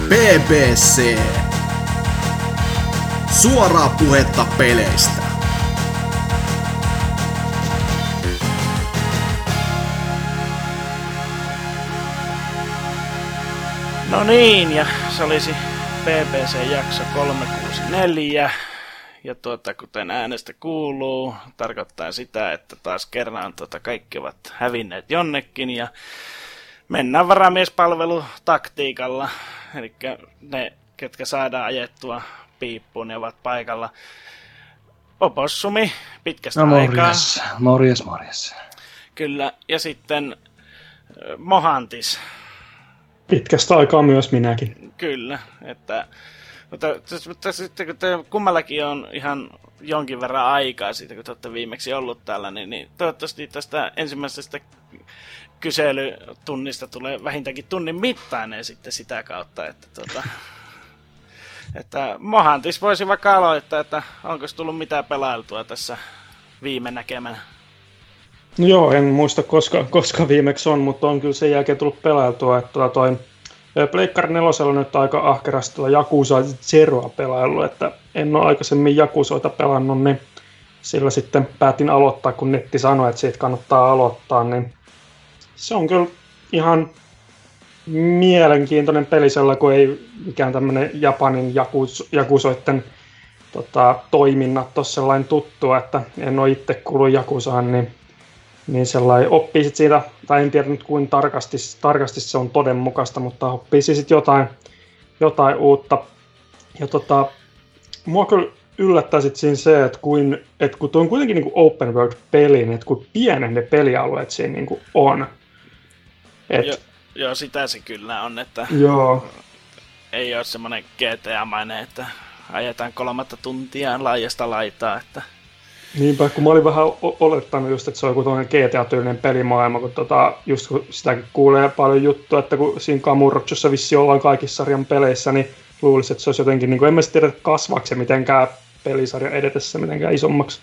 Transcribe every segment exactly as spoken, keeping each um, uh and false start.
B B C. Suoraa puhetta peleistä. No niin, ja se olisi B B C-jakso kolmesataakuusikymmentäneljä. Ja tuota, kuten äänestä kuuluu, tarkoittaa sitä, että taas kerran tuota, kaikki ovat hävinneet jonnekin. Ja mennään varamiespalvelutaktiikalla. Eli ne, ketkä saadaan ajettua piippuun, ne ovat paikalla. Opossumi pitkästä no, aikaa. morjes, morjes, morjes. Kyllä, ja sitten Mohantis. Pitkästä aikaa myös minäkin. Kyllä, että mutta, mutta sitten kun te kummallakin on ihan jonkin verran aikaa siitä, kun te olette viimeksi ollut täällä, niin, niin toivottavasti tästä ensimmäisestä kyselytunnista tulee vähintäänkin tunnin mittainen sitten sitä kautta, että, tuota, että Mohantis voisi vaikka aloittaa, että onko tullut mitään pelailtua tässä viime näkemänä. No joo, en muista koska, koska viimeksi on, mutta on kyllä sen jälkeen tullut pelailtua, että toi Pleikkari nelosella nyt aika ahkerasti Yakuza Zeroa pelaillut, että en ole aikaisemmin Yakuzoita pelannut, niin sillä sitten päätin aloittaa, kun netti sanoi, että siitä kannattaa aloittaa, niin se on kyllä ihan mielenkiintoinen peli sella, kun ei mikään tämmöinen Japanin Yakuzoitten tota, toiminnat ole sellainen tuttua, että en ole itse kuullut Yakuzaan, niin niin sellainen oppii sit siitä, tai en tiedä nyt kuinka tarkasti, tarkasti se on todenmukaista, mutta oppii sitten jotain, jotain uutta. Ja tota, mua kyllä yllättää sit siinä se, että kun, et kun tuo on kuitenkin niinku open world peli, niin että kun pienen ne pelialueet siinä niinku on. Et, jo, joo, sitä se kyllä on, että joo. Ei ole semmoinen G T A-mainen, että ajetaan kolmatta tuntia laajasta laitaa, että Niinpä, kun mä olin vähän olettanut just, että se on joku toinen G T A-tyylinen pelimaailma, kun tota, just kun sitäkin kuulee paljon juttua, että kun siinä Kamurochossa vissiin ollaan kaikissa sarjan peleissä, niin luulisin, että se olisi jotenkin, niin kuin, en mä tiedä, kasvaako se mitenkään pelisarjan edetessä mitenkään isommaksi.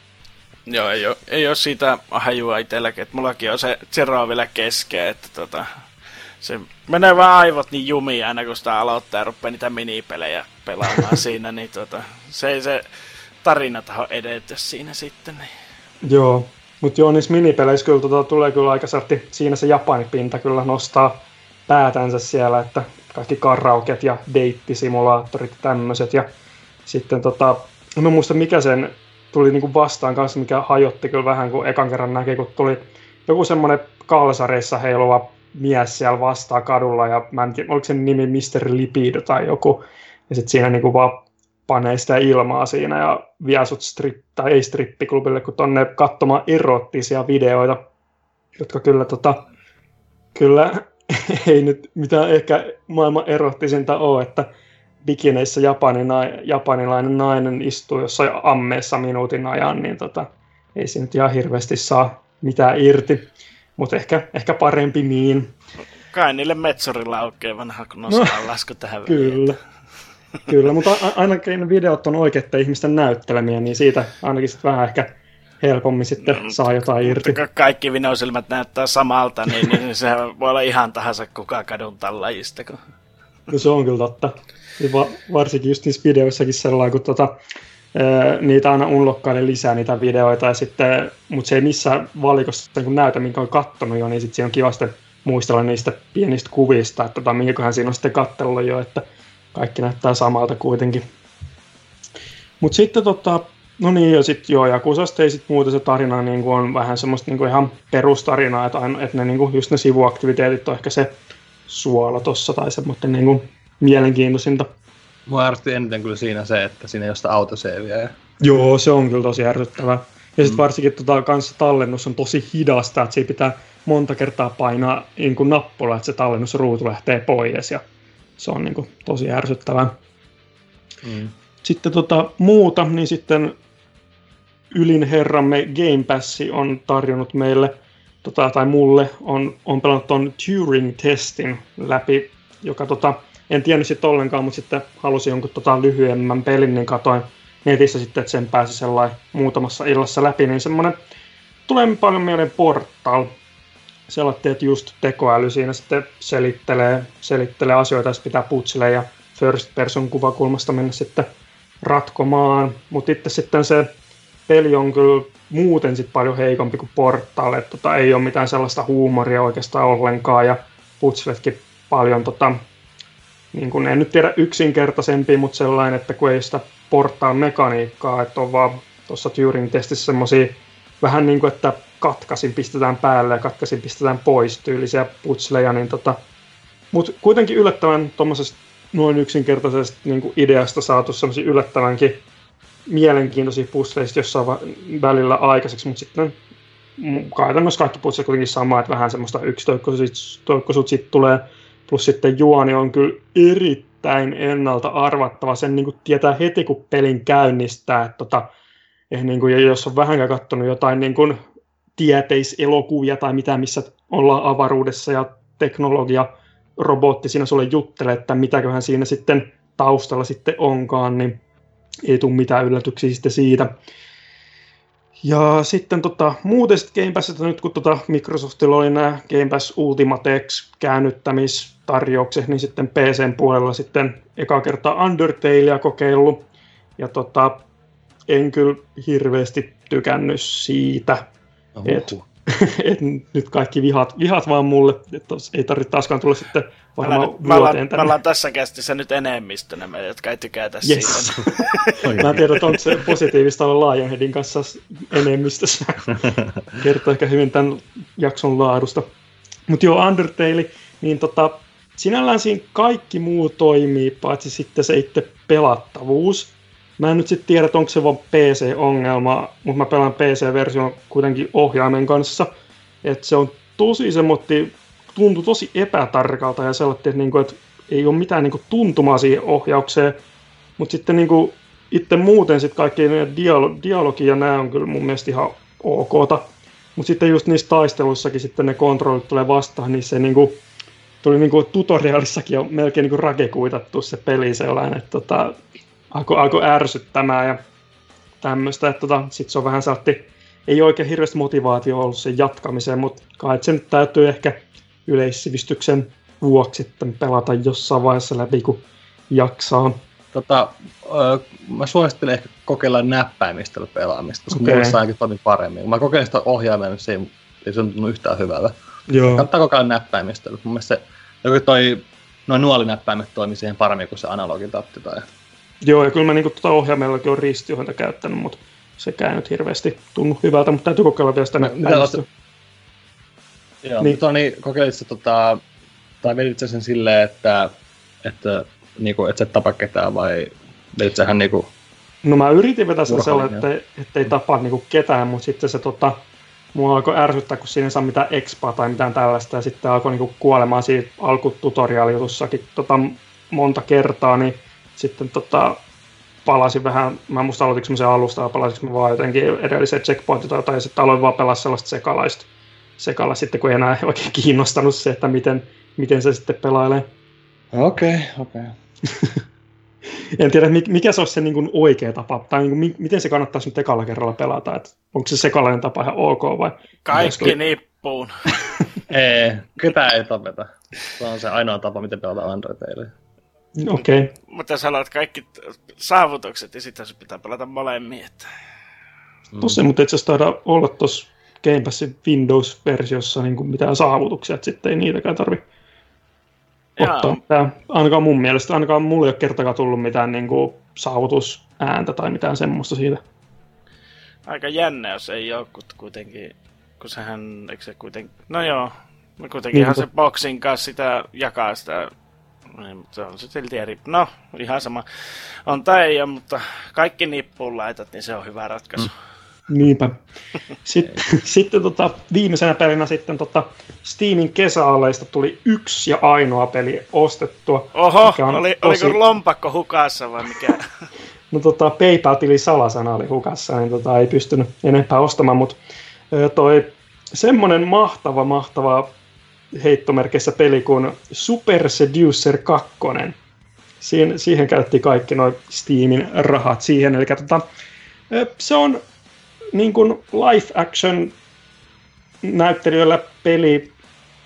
Joo, ei ole, ei ole siitä hajua itselläkin, että mullakin on se Zero vielä kesken, että tota, se menee vaan aivot niin jumiin aina, kun sitä aloittaa ja rupeaa niitä minipelejä pelaamaan siinä, niin tota, se ei se tarina taho edetä siinä sitten. Niin. Joo, mutta joo, niissä minipeleissä kyllä tota, tulee kyllä aika sartti, siinä se Japanipinta kyllä nostaa päätänsä siellä, että kaikki karaoket ja deittisimulaattorit ja tämmöiset. Ja sitten tota, en muista mikä sen tuli niinku vastaan kanssa, mikä hajotti kyllä vähän, kun ekan kerran näki, kun tuli joku semmoinen kalsareissa heiluva mies siellä vastaan kadulla, ja mä en tiedä, oliko sen nimi mister Lipido tai joku, ja sitten siinä niinku vaan panee sitä ilmaa siinä ja vie sut strip, tai ei strippiklubille, kun tonne katsomaan erottisia videoita, jotka kyllä, tota, kyllä ei nyt mitään ehkä maailman erottisinta ole, että bikineissä japanina- japanilainen nainen istuu jossain ammeessa minuutin ajan, niin tota, ei se nyt ihan hirveästi saa mitään irti, mutta ehkä, ehkä parempi niin. Kai niille metsurilla oikein vanha, kun nostaa no, lasku tähän kyllä. Kyllä, mutta ainakin ne videot on oikeiden ihmisten näyttelemiä, niin siitä ainakin sitten vähän ehkä helpommin sitten no, saa jotain irti. Mutta kaikki vinousilmät näyttää samalta, niin, niin se voi olla ihan tahansa kuka kadun tallajista. Kun... No se on kyllä totta. Va- varsinkin just niissä videoissakin sellainen, kun tota, ää, niitä aina unlockailee lisää niitä videoita, ja sitten, mutta se ei missään valikossa kun näytä, minkä on kattonut jo, niin sitten siinä on kiva sitten muistella niistä pienistä kuvista, että tota, minkäköhän siinä on sitten kattellut jo, että kaikki näyttää samalta kuitenkin. Mutta sitten tota, no niin, ja sitten joo, Yakuzasta ei sitten muuta se tarina niin on vähän semmoista niin ihan perustarinaa, että, aina, että ne, niin just ne sivuaktiviteetit on ehkä se suola tossa tai semmoinen niin mielenkiintoisinta. Mua ärsytti eniten kyllä siinä se, että siinä ei ole sitä autoseiviä. Ja... Joo, se on kyllä tosi ärsyttävää. Ja sitten mm. varsinkin tota, kanssa tallennus on tosi hidasta, että siinä pitää monta kertaa painaa niin kuin nappula, että se tallennusruutu lähtee pois, ja se on niin kuin tosi ärsyttävää. Mm. Sitten tota, muuta, niin sitten ylin herramme Game Pass on tarjonnut meille, tota, tai mulle, on, on pelannut ton Turing-testin läpi, joka tota, en tiennyt sitten ollenkaan, mutta sitten halusin jonkun tota, lyhyemmän pelin, niin katoin netissä sitten, että sen pääsi sellainen muutamassa illassa läpi, niin semmoinen tulee paljon mieleen Portal. sellainen, että just tekoäly siinä sitten selittelee, selittelee asioita, ja pitää putsille ja first person kuvakulmasta mennä sitten ratkomaan. Mutta itse sitten se peli on kyllä muuten sit paljon heikompi kuin Portal, että tota, ei ole mitään sellaista huumoria oikeastaan ollenkaan, ja putsletkin paljon, tota, niin kun en nyt tiedä yksinkertaisempi, mutta sellainen, että kun ei sitä Portal-mekaniikkaa, että on vaan tuossa Turing-testissä semmosia vähän niin kuin, että katkasin pistetään päälle ja katkasin pistetään pois tyylisiä putsleja, niin tota, mutta kuitenkin yllättävän tuommoisesta noin yksinkertaisesta niin kuin ideasta saatu semmosia yllättävänkin mielenkiintoisia puzzleista jossain välillä aikaiseksi, mutta sitten käytännössä kaikki puzzlet kuitenkin sama, että vähän semmoista yksitoikkoisuutta sitten tulee, plus sitten juoni on kyllä erittäin ennalta arvattava, sen niin kuin tietää heti kun pelin käynnistää, että tota, eh, niin kuin, jos on vähänkään katsonut jotain niin kuin tieteiselokuvia tai mitä, missä ollaan avaruudessa ja teknologia, robotti siinä sulle juttelee, että mitäköhän siinä sitten taustalla sitten onkaan, niin ei tule mitään yllätyksiä sitten siitä. Ja sitten tota, muuten sitten Game Passista nyt kun tota Microsoftilla oli nämä Game Pass Ultimate X käännyttämistarjoukset, niin sitten P C:n puolella sitten eka kertaa Undertalea kokeillut. Ja tota, en kyllä hirveästi tykännyt siitä. Et, et nyt kaikki vihat, vihat vaan mulle, että ei tarvitse taaskaan tulla sitten varmaan vuoteen tänne. Me ollaan tässä kästissä nyt enemmistönä meitä, jotka ei tykätä yes. siitä. Mä en tiedä, että onko se positiivista olla Lionheadin kanssa enemmistössä. Kertoo ehkä hyvin tämän jakson laadusta. Mutta joo, Undertale, niin tota, sinällään siinä kaikki muu toimii, paitsi sitten se itse pelattavuus. Mä en nyt sitten tiedä, onko se vaan P C-ongelma, mutta mä pelaan P C-version kuitenkin ohjaimen kanssa. Että se on tosi semmoinen, tuntuu tosi epätarkalta ja sellainen, että, niinku, että ei ole mitään niinku tuntumaa siihen ohjaukseen. Mutta sitten niinku, itse muuten sit kaikki dialo- dialogi ja nämä on kyllä mun mielestä ihan okta. Mutta sitten just niissä taisteluissakin sitten ne kontrollit tulee vastaan, niin se niinku, tuli niinku tutorialissakin jo melkein niinku rakekuitattu se peli sellainen, että tota, alkoi alko ärsyttämään ja tämmöistä, että tota, sitten se on vähän saatti, ei oikein hirveästi motivaatio ollut sen jatkamiseen, mutta kai se nyt täytyy ehkä yleissivistyksen vuoksi sitten pelata jossain vaiheessa läpi, kun jaksaa. Tota, ö, mä suosittelen ehkä kokeilla näppäimistöllä pelaamista, koska okay. mulla ainakin toimii paremmin. Kun mä kokeilin sitä ohjaimella, niin se ei, ei se on tuntunut yhtään hyvältä. Joo. Kannattaa kokeilla näppäimistöllä. Mun mielestä se, joku toi, noin nuolinäppäimet toimii siihen paremmin kuin se analogitatti. Tai... Joo, ja kyllä mä niinku tuota ohjaimellakin on ristiohjelta käyttänyt, mutta sekään ei nyt hirveästi tunnu hyvältä, mutta täytyy kokeilla vielä sitä näppäimistöä. Joo, niin. Mutta niin, kokeilit se, tota, tai vedit sä sen silleen, että, että, niinku, et sä et tapa ketään, vai vedit sähän niinku... No mä yritin vetää sen sellainen, ettei, ettei tapaa niinku ketään, mutta sitten se tota, mua alkoi ärsyttää, kun siinä ei saa mitään expaa tai mitään tällaista, ja sitten alkoi niinku kuolemaan siinä alkututoriaalijutussakin tota, monta kertaa, niin sitten tota, palasin vähän, mä en muista aloitinko mä sen alusta, ja palasinko mä vaan jotenkin edelliseen checkpointiin tai, tai sitten aloin vaan pelaa sellaista sekalaista. Sekalla sitten, kun ei enää oikein kiinnostanut se, että miten, miten se sitten pelailee. Okei, okay, okei. Okay. En tiedä, mikä se olisi se niin kuin oikea tapa, tai niin kuin, miten se kannattaisi nyt ekalla kerralla pelata, että onko se sekalainen tapa ihan ok vai? Kaikki nippuun. Ei, ketään ei tapeta. Se on se ainoa tapa, miten pelata Undertale. Okei. Okay. Mutta jos haluat kaikki saavutukset, niin sitten se pitää pelata molemmin. Että... Mm. Tossa, mutta itse asiassa taida olla tuossa Game Passin Windows-versiossa niin kuin mitään saavutuksia, että sitten ei niitäkään tarvitse ottaa. Tää, ainakaan mun mielestä, ainakaan mulle ei ole kertakaan tullut mitään niin kuin saavutusääntä tai mitään semmoista siitä. Aika jännä, jos ei ole kuitenkin, kun sehän, eikö se kuitenkin, no joo, no kuitenkin ihan se boxin kanssa sitä jakaa sitä, se on se silti eri, no ihan sama, on tai ei ole, mutta kaikki nippuun laitat, niin se on hyvä ratkaisu. Mm. Niinpä. Sitten, sitten tota, viimeisenä pelinä sitten tota Steamin kesäaleista tuli yksi ja ainoa peli ostettua. Oho, oli, tosi... oliko lompakko hukassa vai mikä? No tota, PayPal-tili salasana oli hukassa, niin tota, ei pystynyt enempää ostamaan, mutta toi semmonen mahtava, mahtava heittomerkissä peli kuin Super Seducer kaksi. Siihen, siihen käytti kaikki nuo Steamin rahat siihen, eli tota, se on niin kuin live action näyttelijöillä peli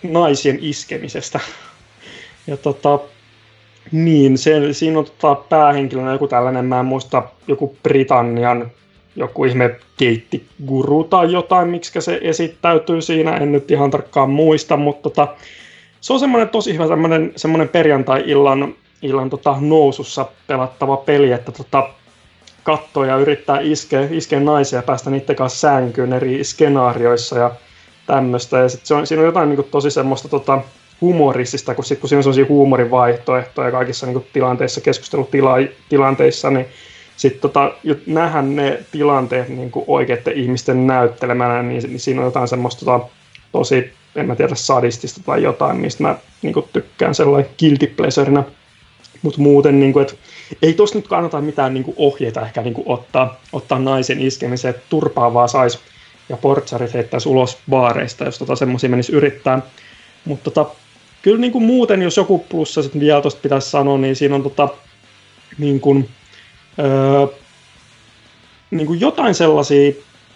naisien iskemisestä. Ja tota, niin, se, siinä on tota, päähenkilönä joku tällainen, mä en muista, joku Britannian joku ihme keittiguru tai jotain, miksi se esittäytyy siinä, en nyt ihan tarkkaan muista, mutta tota, se on semmoinen tosi hyvä semmoinen, semmoinen perjantai-illan illan, tota, nousussa pelattava peli, että tota, katsoo ja yrittää iskeä, iskeä naisia ja päästä niiden kanssa sänkyyn eri skenaarioissa ja tämmöistä. Ja sit se on, siinä on jotain niin kuin, tosi semmoista tota, humoristista, kun, sit, kun siinä on sellaisia huumorin vaihtoehtoja kaikissa niin kuin, tilanteissa, keskustelutilanteissa, niin sitten tota, nähdä ne tilanteet niin kuin oikeiden ihmisten näyttelemänä, niin, niin siinä on jotain semmoista tota, tosi, en mä tiedä, sadistista tai jotain, mistä mä niin kuin, tykkään sellainen guilty pleasurena. Mutta muuten, niin kuin, että ei tossa nyt kannata mitään niin kuin, ohjeita ehkä niin kuin, ottaa, ottaa naisen iskemiseen, että turpaa vaan saisi ja portsarit heittäisi ulos baareista, jos tota, semmoisia menisi yrittää. Mutta tota, kyllä niin kuin, muuten, jos joku plussa sitten vielä tuosta pitäisi sanoa, niin siinä on tota, niin kuin, Öö, niin kuin jotain sellaisia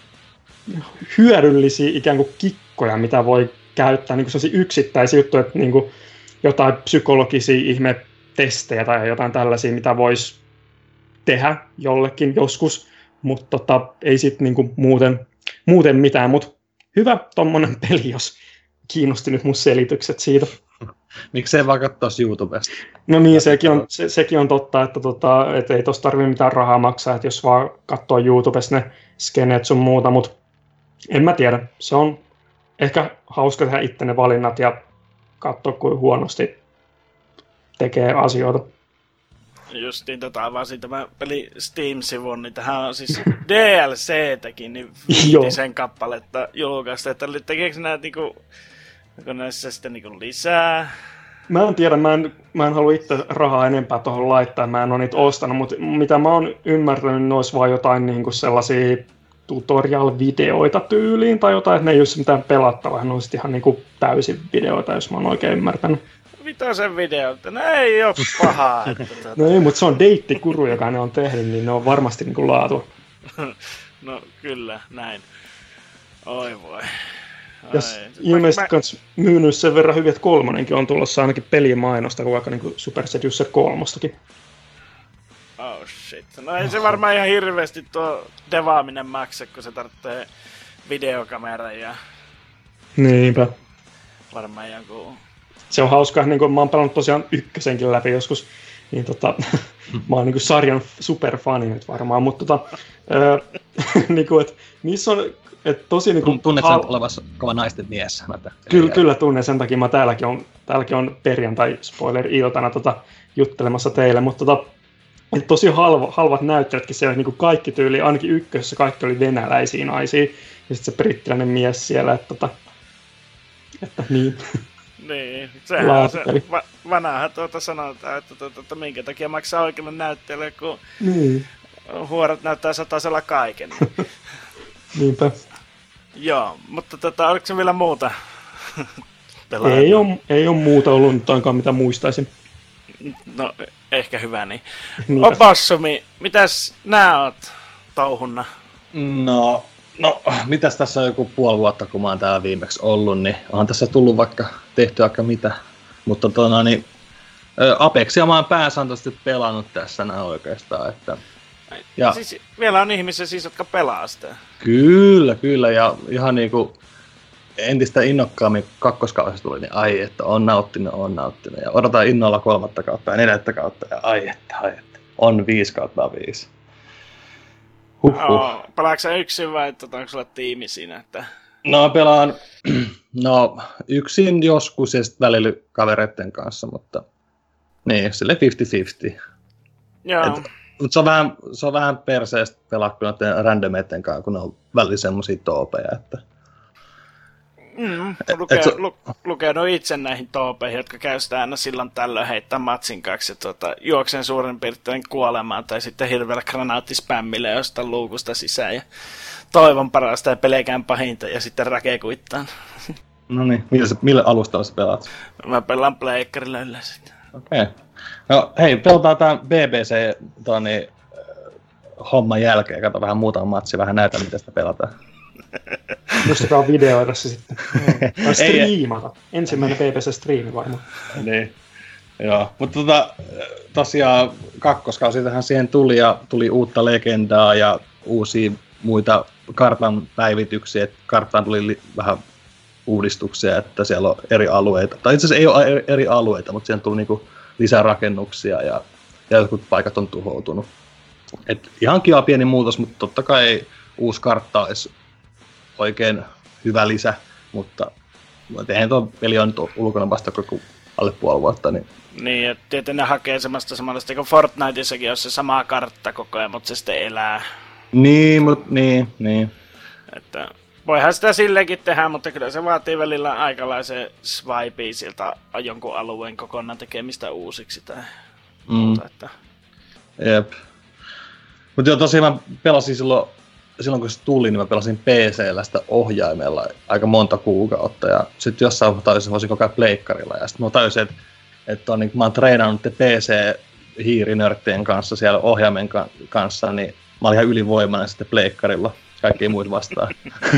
hyödyllisiä ikään kuin kikkoja, mitä voi käyttää, niin kuin sellaisia yksittäisiä juttuja, että niin kuin jotain psykologisia ihmetestejä tai jotain tällaisia, mitä voisi tehdä jollekin joskus, mutta tota, ei sitten niin kuin muuten, muuten mitään, mutta hyvä tommonen peli, jos kiinnosti nyt mun selitykset siitä. Miksei vaan katsoisi YouTubesta? No niin, sekin on, se, sekin on totta, että tota, et ei tosta tarvitse mitään rahaa maksaa, että jos vaan katsoo YouTubesta ne skeneet sun muuta, mutta en mä tiedä. Se on ehkä hauska tehdä itse ne valinnat ja katsoa, kuin huonosti tekee asioita. Justiin tota avasin tämä peli Steam-sivun, niin tähän on siis D L C-täkin, niin viitisen kappaletta julkaista, että tekeekö näitä niinku... Onko näissä sitten niin lisää? Mä en tiedä, mä en, mä en halua itse rahaa enempää tuohon laittaa, mä en ole niitä ostanut, mutta mitä mä oon ymmärtänyt, ne olisi vaan jotain niin kuin sellaisia tutorial-videoita tyyliin tai jotain, että ne ei olisi mitään pelattavaa, ne olisi ihan niin kuin täysin videoita, jos mä oon oikein ymmärtänyt. Mitä sen videolta? No ei oo pahaa. Että tuota... No ei, mutta se on deittikuru, joka ne on tehnyt, niin ne on varmasti niin kuin laatua. No kyllä, näin. Oi voi. Ja ilmeisesti mä... kans myynyt sen verran hyvin, että kolmonenkin on tulossa ainakin pelien mainosta, kuin vaikka niin Super Seducer kolmostakin. Oh shit. No ei se varmaan ihan hirveästi tuo devaaminen maksa, kun se tarvitsee videokameran ja... Niinpä. Varmaan joku... Se on hauskaa, niin kuin mä oon pelannut tosiaan ykkösenkin läpi joskus, niin tota, mä oon niin kuin sarjan superfani nyt varmaan, mutta tota, öö, niin kuin, että niissä on... Et tosi niinku tunnet sen hal... olevassa kova naisten mies. Kyllä, kyllä tunnen, sen takia mä täälläkin on, täälläkin on perjantai-spoiler-iltana tota, juttelemassa teille, mutta tota, tosi halva, halvat näyttelijätkin siellä, niinku kaikki tyyli, ainakin ykkössä kaikki oli venäläisiä naisia, ja sitten se brittiläinen mies siellä, että, tota, että niin. Niin, sehän on se, va- vanhahan tuota sanotaan, että, tuota, että minkä takia maksaa oikealle näyttelijälle, kun niin. Huorat näyttää satasella kaiken. Niinpä. Joo, mutta tota, oliko se vielä muuta? ei, ole, ei ole muuta ollut nyt ainakaan, mitä muistaisin. No, ehkä hyvä niin. Opossumi, mitäs nää oot touhunna? No, no, mitäs tässä on joku puoli vuotta, kun mä oon täällä viimeksi ollut, niin on tässä tullut vaikka tehty aika mitä. Mutta tota, niin, Apexia mä oon pääsääntöisesti pelannut tässä nää oikeastaan, että... Ja. Siis, vielä on ihmisiä siis, jotka pelaa sitä. Kyllä, kyllä. Ja ihan niinku entistä innokkaammin kakkoskaudessa tuli, niin ai että on nauttinut, on nauttinut. Ja odotan innolla kolmatta kautta ja neljättä kautta. Ja ai että, ai että. On viisi kautta viisi. Huhhuh. No, pelaatko sä yksin vai onko sulla tiimi siinä? Että... No pelaan no, yksin joskus ja sitten välillä kavereiden kanssa, mutta niin, silleen viisikymmentä viisikymmentä. Joo. Et, mutta se on vähän, se on vähän perseestä pelaa kuin noiden randomeiden kanssa, kun ne on välillä semmosia toopeja, että... Mm, luke, so... lu, lukenut itse näihin toopeihin, jotka käy sitä aina silloin tällöin heittää matsin kaksi ja tuota, juoksen suurin piirtein kuolemaan tai sitten hirveällä granaattispämmille jostain luukusta sisään ja toivon parasta ja pelkään pahinta ja sitten rakekuittaan. No niin, millä, millä alustalla sä pelaat? Mä pelaan pleikkarilla yleensä. Okei. Okay. No hei, pelataan tämän B B C toni, homman jälkeen. Kato vähän muutama matsi, vähän näytä, miten sitä pelataan. Muistakaa videoida se sitten. Tai striimata. Ensimmäinen P P C-striimi vaimo. Niin. Joo, mutta tota, tosiaan kakkoskausitähän siihen tuli ja tuli uutta legendaa ja uusia muita kartan päivityksiä. Et karttaan tuli li- vähän uudistuksia, että siellä on eri alueita. Tai itse asiassa ei ole eri, eri alueita, mutta siihen tuli niinku lisää rakennuksia ja, ja jotkut paikat on tuhoutunut. Et ihan kiva pieni muutos, mutta totta kai uusi kartta olisi oikein hyvä lisä, mutta eihän tuo peli on nyt ulkona vasta koko alle puoli vuotta. Niin, niin että tietysti ne hakee semmoista samanlaista kuin Fortniteissakin on se sama kartta koko ajan, mutta se sitten elää. Niin, mutta niin, niin. Että voihan sitä silleenkin tehdä, mutta kyllä se vaatii välillä aikalaisen swipea siltä jonkun alueen kokonaan tekemistä uusiksi tai Mm. muuta. Että... Jep. Mutta joo, tosiaan mä pelasin silloin, silloin kun se tuli, niin mä pelasin P C:llä sitä ohjaimella aika monta kuukautta. Ja sitten jossain vaiheessa voisin koko ajan pleikkarilla. Ja sitten mä tajusin, että, että on, niin, mä oon treenannut P C-hiirinörttien kanssa siellä ohjaimen ka- kanssa, niin mä olin ihan ylivoimainen sitten pleikkarilla. Kaikki muut vastaan.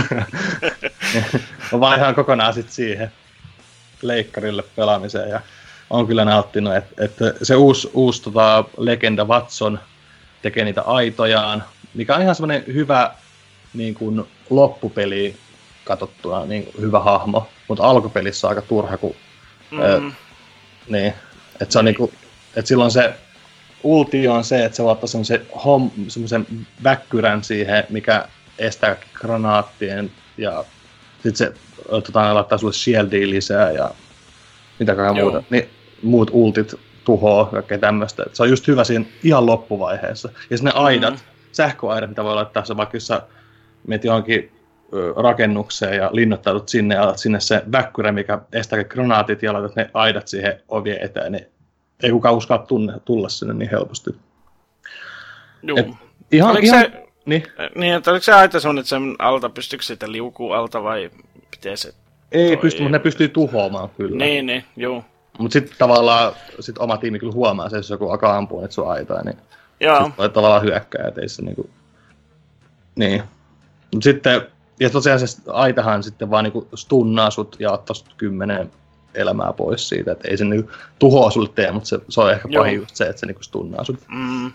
Mä vaihan kokonaan sitten siihen pleikkarille pelaamiseen. Ja on kyllä nauttinut, että, että se uusi, uusi tota, legenda Watson tekee niitä aitojaan, mikä on ihan semmoinen hyvä niin kuin loppupeli katsottuna, niin kuin hyvä hahmo, mutta alkupelissä on aika turha, kun Mm. ää, niin, että se on niinku, että silloin se ulti on se, että se voi ottaa semmoisen, hom, semmoisen väkkyrän siihen, mikä estää granaattien ja sitten se tota, laittaa sulle shieldia lisää ja mitä kaikkea muuta, niin muut ultit tuhoaa kaikkea tämmöistä. Se on just hyvä siinä ihan loppuvaiheessa. Ja sitten ne aidat, mm-hmm. sähköaidat, mitä voi laittaa se vaikka jos sä menet johonkin ö, rakennukseen ja linnoittaudut sinne ja alat sinne se väkkyrä, mikä estää granaatit ja laitat ne aidat siihen ovien eteen, niin ei kukaan uskalla tunne, tulla sinne niin helposti. Juu. Et ihan, oliko ihan, se, niin. niin, että oliko se aita sun, että sen alta pystyykö siitä liukuu alta vai miten se? Ei pysty, mutta ne pystyy tuhoamaan kyllä. Niin, niin, juu. Mutta sitten tavallaan sit oma tiimi kyllä huomaa se, jos joku alkaa ampua nyt sun aitaa, niin Joo. sitten tavallaan hyökkää, ettei se niinku... Niin. Mut sitten, ja tosiaan se aitahan sitten vaan niinku stunnaa sut ja ottaa sut kymmenen elämää pois siitä, että ei se niinku tuhoa sulle tee, mutta se, se on ehkä Joo. pahin just se, että se niinku stunnaa sut. Mm.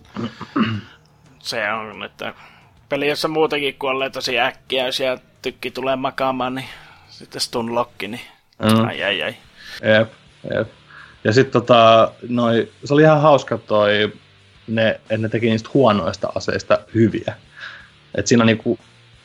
Se on, että peli, jossa muutenkin kuolee tosi äkkiä, jos ja tykki tulee makaamaan, niin sitten stun lokki, niin Mm. ai ai ai. Jep, jep. Ja sitten tota, noi, se oli ihan hauska toi, ne, että ne teki niistä huonoista aseista hyviä. Et siinä on niinku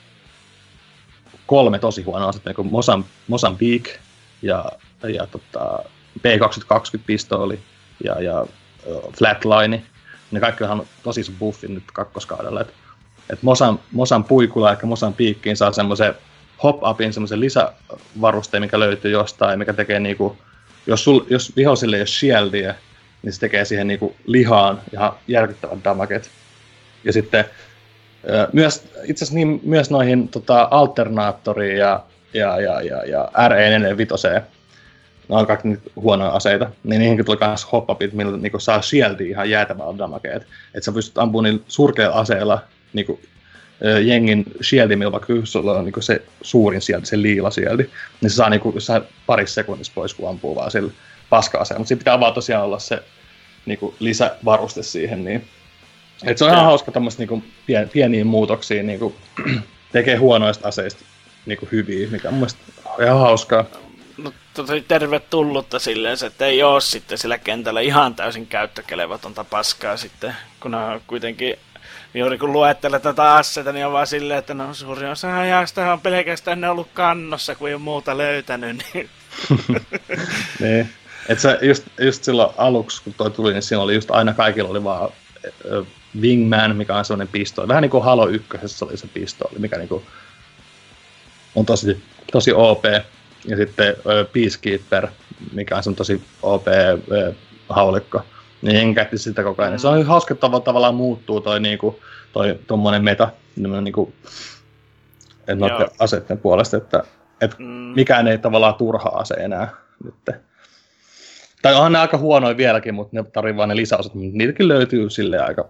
kolme tosi huonoa asetta, niinku Mozam, Mozambique ja, ja tota, P kaksituhattakaksikymmentä-pistooli ja, ja uh, Flatline. Ne kaikki on tosi iso buffi nyt kakkoskaudella. Et, et Mozam, Mozam puikulla ja Mozambiqueen saa semmoisen hop-upin, semmoisen lisävarusteen, mikä löytyy jostain, mikä tekee niinku, jos, sul, jos vihollisille ei ole shieldia, niin se tekee siihen niinku lihaan ihan järkyttävät damaget. Ja sitten myös, itse asiassa niin, myös noihin tota, alternaattoriin ja, ja, ja, ja, ja R E neljäkymmentäviisi, ne on kaikki niitä huonoja aseita, niin niihinkin tuli myös hop-upit, millä niinku saa shieldia ihan jäätävällä damageet. Että sä pystyt ampumaan niillä surkeilla aseilla niinku, jengin shieldi, vaikka sulla on niinku se suurin sieltä, se liila sieldi, niin se saa niinku, parissa sekunnissa pois, kun ampuu vaan sillä paska-aseella. Mutta siinä pitää vaan tosiaan olla se niinku, lisävaruste siihen. Niin. Et se on ihan hauska tämmöistä niinku, pien, pieniä muutoksia, niinku, tekee huonoista aseista niinku, hyviä, mikä on mun mielestä ihan hauskaa. No tosi tervetullutta silleen, että ei oo sitten sillä kentällä ihan täysin käyttökelevatonta paskaa sitten, kun on kuitenkin juuri kun luettelee tätä asseita, niin on vaan silleen, että no suurin osa ajasta on pelkästään ne ollut kannossa, kun ei ole muuta löytänyt. Niin. Niin. Et se just, just silloin aluksi, kun toi tuli, niin siinä oli just aina kaikilla oli vaan äh, Wingman, mikä on sellainen pistooli. Vähän niin kuin Halo ykkösessä oli se pistooli, mikä niin kuin on tosi, tosi O P. Ja sitten äh, Peacekeeper, mikä on tosi O P äh, haulikko. Niin jengi käytti sitä koko ajan. Mm. Se on hauska, että tavallaan muuttuu toi, niinku, toi tommonen meta niinku, et noiden aseiden puolesta, että et mm. mikään ei tavallaan turha ase enää nyt. Tai onhan ne aika huonoja vieläkin, mutta ne tarvii vaan ne lisäosat, mutta niitäkin löytyy silleen aika,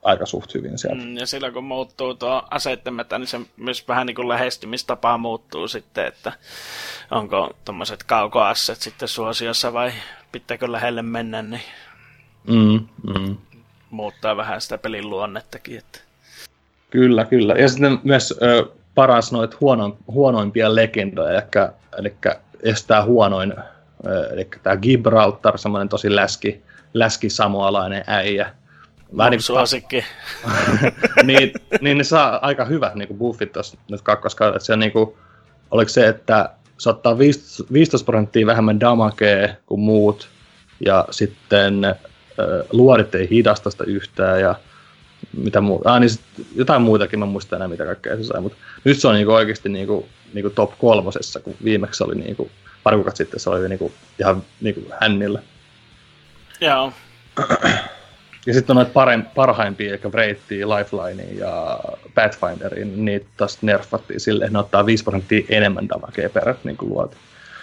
aika suht hyvin sieltä. Mm, ja silloin kun muuttuu tuo aseittemätä, niin se myös vähän niin kuin lähestymistapa muuttuu sitten, että onko tommoset kaukoasset sitten suosiossa vai pitääkö lähelle mennä, niin Mm, mm. muuttaa vähän sitä pelin luonnettakin. Että. Kyllä, kyllä. Ja sitten myös ö, paras noit huono, huonoimpia legendoja, eli, eli estää huonoin, ö, eli tämä Gibraltar, semmoinen tosi läski, läski-samoalainen äijä. Mun niin suosikki. niin, niin ne saa aika hyvät niin buffit tuossa nyt kakkoskaudella. Se on niin kuin, oliko se, että se ottaa viisitoista prosenttia vähemmän damagea kuin muut, ja sitten äh, luodit ei hidasta sitä yhtään, ja mitä muuta. Ah, niin sit, jotain muitakin, mä muistan enää mitä kaikkea se sai, mutta nyt se on niin kuin oikeasti niin kuin, niin kuin top kolmosessa, kun viimeksi oli niin kuin, pari kuukautta sitten se oli niin kuin, ihan niin kuin hännillä. Joo. Ja sitten on noita parem- parhaimpia, eli Wraithia, Lifelinea ja Pathfinderia, niin niitä taas nerfattiin silleen, että ne ottaa viisi prosenttia enemmän damagea per niin kuin luoti.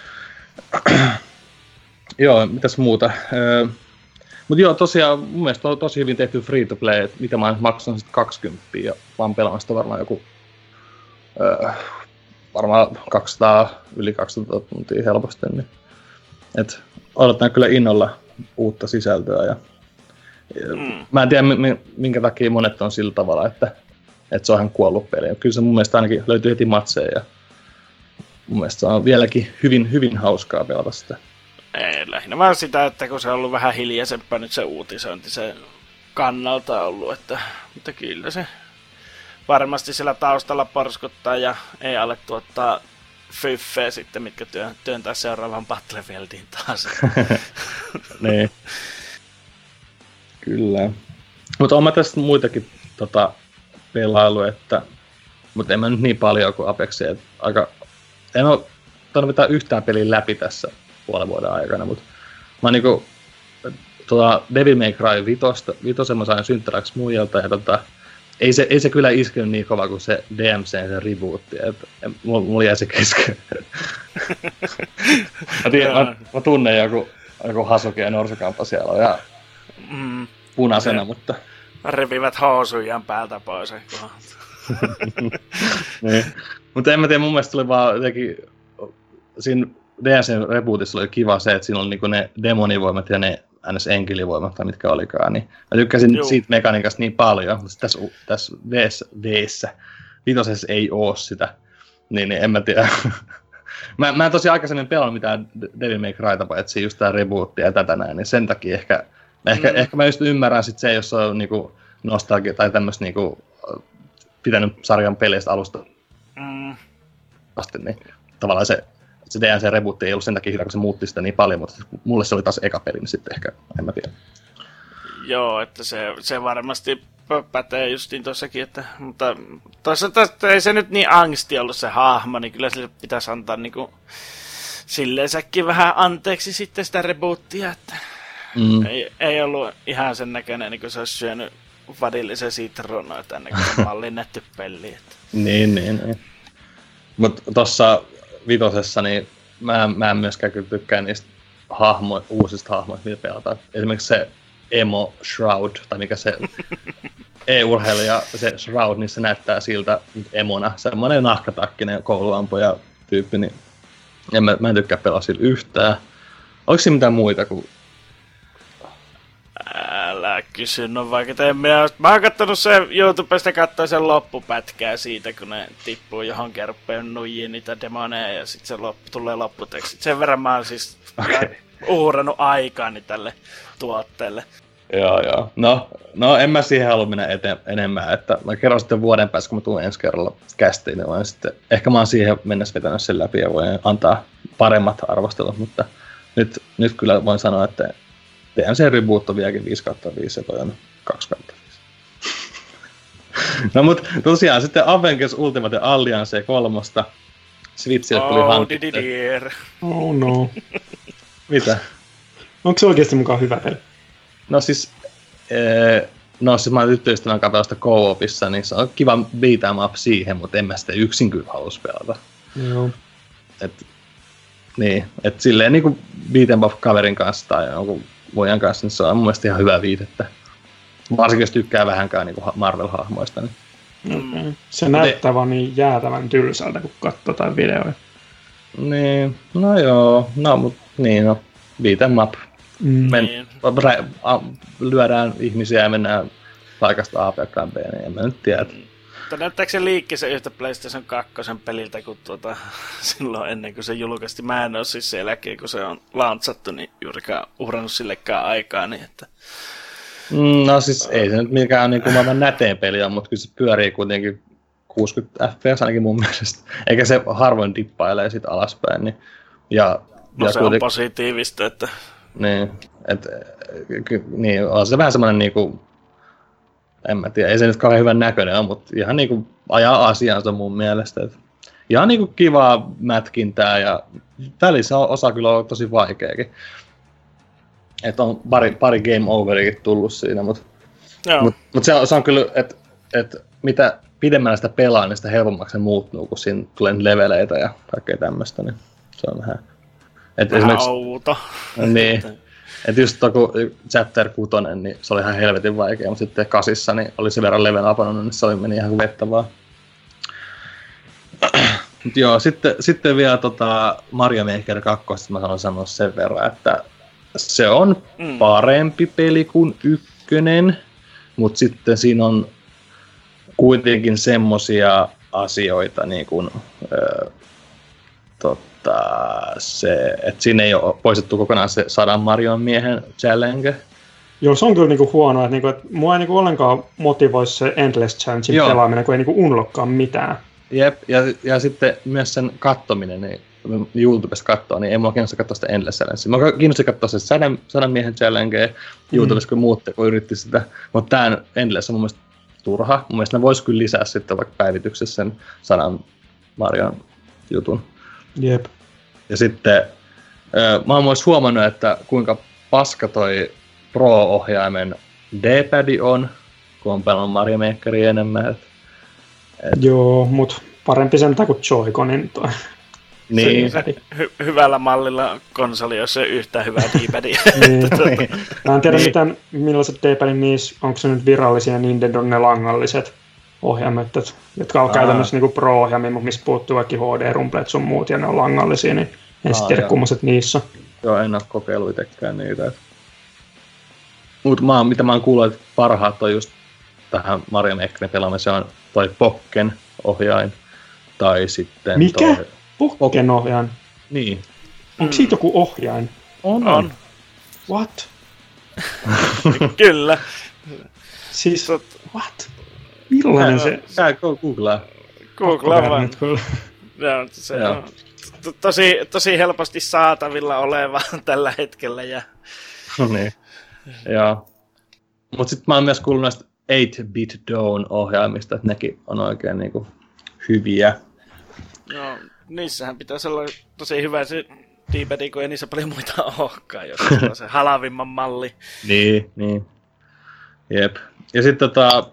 Joo, mitäs muuta? Öö, Mutta joo, tosiaan mun mielestä on tosi hyvin tehty free-to-play, että mitä mä nyt maksan sitten kaksikymmentä ja mä oon pelannut sitä varmaan joku öö, varmaan kaksisataa, yli kaksisataa tuntia helposti. Niin. Et odotan kyllä innolla uutta sisältöä. Ja, ja mm. Mä en tiedä, minkä takia monet on sillä tavalla, että, että se on ihan kuollut peli. Ja kyllä se mun mielestä ainakin löytyy heti matseja ja mun mielestä se on vieläkin hyvin, hyvin hauskaa pelata sitä. Ei, lähinnä vaan sitä, että kun se on ollut vähän hiljaisempää nyt se uutisointi se kannalta ollut, että, mutta kyllä se varmasti siellä taustalla porskuttaa ja ei ale tuottaa fyffeä sitten, mitkä työn, työntää seuraavan Battlefieldiin taas. Niin. Kyllä. Mutta on mä tästä muitakin tota, pelailuja, että mutta en mä nyt niin paljon kuin Apexia. Aika, en ole tainnut vetää yhtään peliä läpi tässä puolen vuoden aikana, mutta mä niinku tota Devil May Cry vitosta, vitosen mä sain synttäräksi muijalta ja tota ei se, ei se kyllä iskenyt niin kova kuin se D M C se rebootti, että mulla, mulla jäi se kesken. mä, tiedän, mä, mä tunnen joku, joku Hasuki ja Norsukampa siellä on ihan mm. punaisena, ne, mutta revivät housujaan päältä pois. niin. Mutta en mä tiedä, mun mielestä oli vaan jotenkin siinä D M C rebootissa oli kiva se, että siinä oli niinku ne demonivoimat ja ne ns. Enkelivoimat tai mitkä olikaan, niin mä tykkäsin Juu. siitä mekaniikasta niin paljon, mutta tässä, tässä D-ssä, vitosessa ei oo sitä, niin, niin en mä tiedä. mä, mä en tosi aikaisemmin pelannut mitään Devil May Cryta, paitsi just tää rebootia ja tätä näin, niin sen takia ehkä, ehkä, mm. ehkä mä just ymmärrän sit se, jos on niinku nostalgia tai tämmöistä niinku pitänyt sarjan peleistä alusta mm. asti, niin tavallaan se se D M C-rebootti ei ollut sen takia hyvä, kun se muutti sitä niin paljon, mutta mulle se oli taas eka peli, niin sitten ehkä, en mä tiedä. Joo, että se, se varmasti pätee justiin tossakin, että, mutta toisaalta ei se nyt niin angsti ollut se hahmo, niin kyllä sille pitäisi antaa niinku silleensäkin vähän anteeksi sitten sitä rebootia, että mm. ei, ei ollut ihan sen näköinen, niin kuin se olisi syönyt vadillisen sitronoita ennen kuin se mallinnetty peli. Että. niin, niin, niin. Mutta tossa vitosessa, niin mä, mä en myöskään kyllä tykkää niistä hahmo, uusista hahmoista, mitä pelataan. Esimerkiksi se Emo Shroud, tai mikä se e-urheilija, se Shroud, niin se näyttää siltä emona. Semmoinen nahkatakkinen kouluampuja tyyppi, niin en, mä, mä en tykkää pelaa sillä yhtään. Oliko siinä mitään muita kuin... Älä kysy, no vaikka en minä... Mä oon kattonut sen YouTubesta katsoin sen loppupätkää siitä, kun ne tippuu johonkin rupean nuijia niitä demoneja ja sit se loppu, tulee lopputekstit. Sen verran mä oon siis okay. uhrannut aikaani tälle tuotteelle. Joo, joo. No, no en mä siihen halua mennä eteen, enemmän, että mä kerron sitten vuoden päästä, kun mä tuun ensi kerralla kästiin, niin voin sitten, ehkä mä oon siihen mennessä vetänyt sen läpi ja voin antaa paremmat arvostelut, mutta nyt, nyt kyllä voin sanoa, että D M C reboot on vieläkin viisi kautta viisi ja toi on kaksi kautta viisi. No mut tosiaan sitten Avengers Ultimate Alliance kolmosta Switchille tuli oh, hankittu. Oh no. Mitä? Onko se oikeesti mukaan hyvä peli? No siis, ee, no siis mä oon tyttöystävän katsoa sitä co-opissa, niin se on kiva beat em up siihen, mutta en mä sitä yksin kyllä halus pelata. Joo. Et, niin, et silleen niinku beat em up kaverin kanssa tai jonkun voijan kanssa, niin se on mun mielestä ihan hyvä viihdettä. Varsinkin jos tykkää vähänkään niin Marvel-hahmoista. Niin. Okay. Se näyttää vaan niin jäätävän tylsältä, kun katsoo tai videoja. Niin, no joo, no mut niin no, beat em up. Mm. Men, niin. rä, a, lyödään ihmisiä ja mennään paikasta A paikkaan B, niin en mä nyt tiedä. Mutta näyttääkö se liikkeessä yhtä PlayStation kaksi peliltä, kun tuota, silloin ennen kuin se julkaisti? Mä en ole siis sen jälkeen, kun se on launchattu, niin juurikaan uhrannut sillekään aikaa. Niin että... No siis ei se nyt mikään niin kuin maailman näteen peli on, mutta kyllä se pyörii kuitenkin kuusikymmentä F P S ainakin mun mielestä. Eikä se harvoin dippailee sit alaspäin. Niin, ja, no ja se kuitenkin, on positiivista, että... Niin, et, ky, niin on se vähän semmoinen niinku... En mä tiedä, ei se nyt kauhean hyvän näköinen ole, mutta ihan niinku ajaa asiansa mun mielestä. Et ihan niinku kivaa mätkintää ja välissä osa kyllä on tosi vaikeakin. Että on pari, pari game overikin tullut siinä, mutta mut, mut se, on, se on kyllä, että et mitä pidemmällä sitä pelaa, niin sitä helpommaksi se muuttuu, kun siinä tulee leveleitä ja kaikkea tämmöistä, niin se on vähän... Et vähän outo. Niin. Että just kun chapter kutonen, niin se oli ihan helvetin vaikea, mutta sitten kasissa niin oli sen verran level upannut, niin se oli, meni ihan kuin vettä vaan. Mut joo, sitten, sitten vielä tota Mario Maker kaksi, mä haluan sanoa sen verran, että se on mm. parempi peli kuin ykkönen, mutta sitten siinä on kuitenkin semmosia asioita, niin kuin, ö, tota, se, että siinä ei ole poistettu kokonaan se sadan Marion miehen challenge. Joo, se on kyllä niinku huono, että, niinku, että mua ei niinku ollenkaan motivoisi se Endless Challengein Joo. pelaaminen, kun ei niinku unlockkaa mitään. Jep, ja, ja sitten myös sen kattominen, niin YouTubesta katsoo, niin ei mua kiinnosta katsoa sitä Endless Challengea. Mä kiinnosti katsoa se sadan, sadan miehen challengea YouTubesta, kun muut kun yritti sitä, mutta tää Endless on mun mielestä turha. Mun mielestä ne vois kyllä lisää sitten vaikka päivityksessä sen sadan Marion jutun. Jep. Ja sitten mä oon myös huomannut, että kuinka paska toi Pro-ohjaimen D-padi on, kun on pelannut Mario Makeria enemmän. Et, et... Joo, mut parempi sentään kuin Joy-Conin toi. Niin. Hy- hyvällä mallilla konsoli, jos ei yhtään hyvää D-padia. niin. Mä en tiedä, niin. Mitään, millaiset D-padin niissä, onko se nyt virallisia Nintendon ne langalliset ohjaimet, et, jotka on Aa. käytännössä niinku Pro-ohjaimia, mutta missä puuttuu kaikki H D-rumpleet sun muut, ja ne on langallisia, niin en Aa, tiedä kummoset niissä. Joo, en ole kokeillut itsekään niitä. Mutta mä, mitä mä oon kuullut, että parhaat on just tähän Mario Makerin pelaamiseen on toi Pokken ohjain, tai sitten mikä? Toi... Pokken ohjain? Niin. Onko siitä joku ohjain? On. On. What? Kyllä. Siis, what? Millainen se? Käy googlaa. Googlaa vaan. Joo, se Joo. on tosi, tosi helposti saatavilla oleva tällä hetkellä. Ja... No niin. Joo. Mut sit mä oon myös kuullut näistä eight bit Dawn ohjaimista, että nekin on oikein niinku hyviä. No, niissähän pitäisi olla tosi hyvä se D-pad, kun ei niissä paljon muita olekaan, jos se on se halavimman malli. Niin, niin. Jep. Ja sitten tota,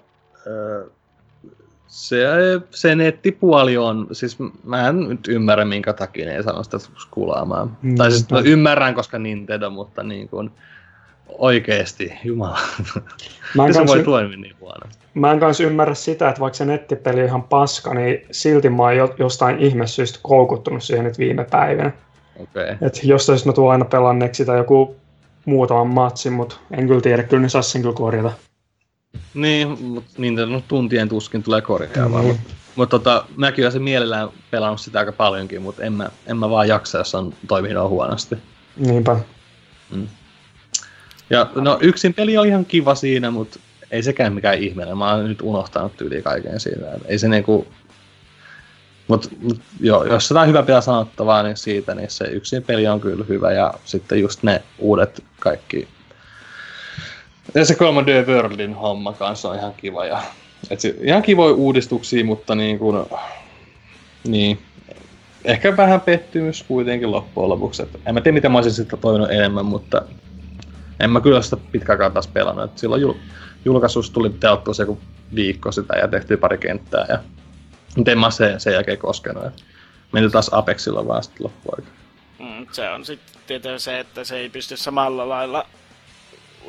se, se nettipuoli on, siis mä en nyt ymmärrä minkä takia ne ei sano sitä kulaamaan. Mm, tai siis no, ymmärrän, koska Nintendo, mutta niin kuin oikeesti, jumala. Se voi y- toimia niin huonosti. Mä en kans ymmärrä sitä, että vaikka se nettipeli on ihan paska, niin silti mä oon jo, jostain ihmesyystä koukuttunut siihen nyt viime päivänä. Okay. Että jostain mä tuun aina pelanneeksi tai joku muutaman matsin, mutta en kyllä tiedä, kyllä ne saa sen kyllä korjata. Niin, mutta Nintendo tuntien tuskin tulee korjaamaan. Mm-hmm. Mutta mut tota, mäkin olen se mielellään pelannut sitä aika paljonkin, mutta en mä, en mä vaan jaksa, jos on toiminut huonosti. Niinpä. Mm. Ja no yksin peli on ihan kiva siinä, mutta ei sekään mikään ihmeellinen. Mä oon nyt unohtanut tyyliin kaiken siitä. Ei se niinku... Mut, mut joo, jos jotain hyvä pitää sanottavaa niin siitä, niin se yksin peli on kyllä hyvä. Ja sitten just ne uudet kaikki... Ja se kolme D Worldin homma kanssa on ihan kiva. Ja, et se, ihan kivoja uudistuksia, mutta niin kuin... Niin... Ehkä vähän pettymys kuitenkin loppujen lopuksi. Et en mä tiedä, mitä mä olisin sitä toivonut enemmän, mutta... En mä kyllä sitä pitkäänkään taas pelannut. Et silloin jul- julkaisuus tuli teottua se joku viikko sitä ja tehtiin pari kenttää. Ja... Mutta en mä se, sen jälkeen koskenut. Et meni taas Apexilla vaan sitten loppuaikaan. Mm, se on sitten tietysti se, että se ei pysty samalla lailla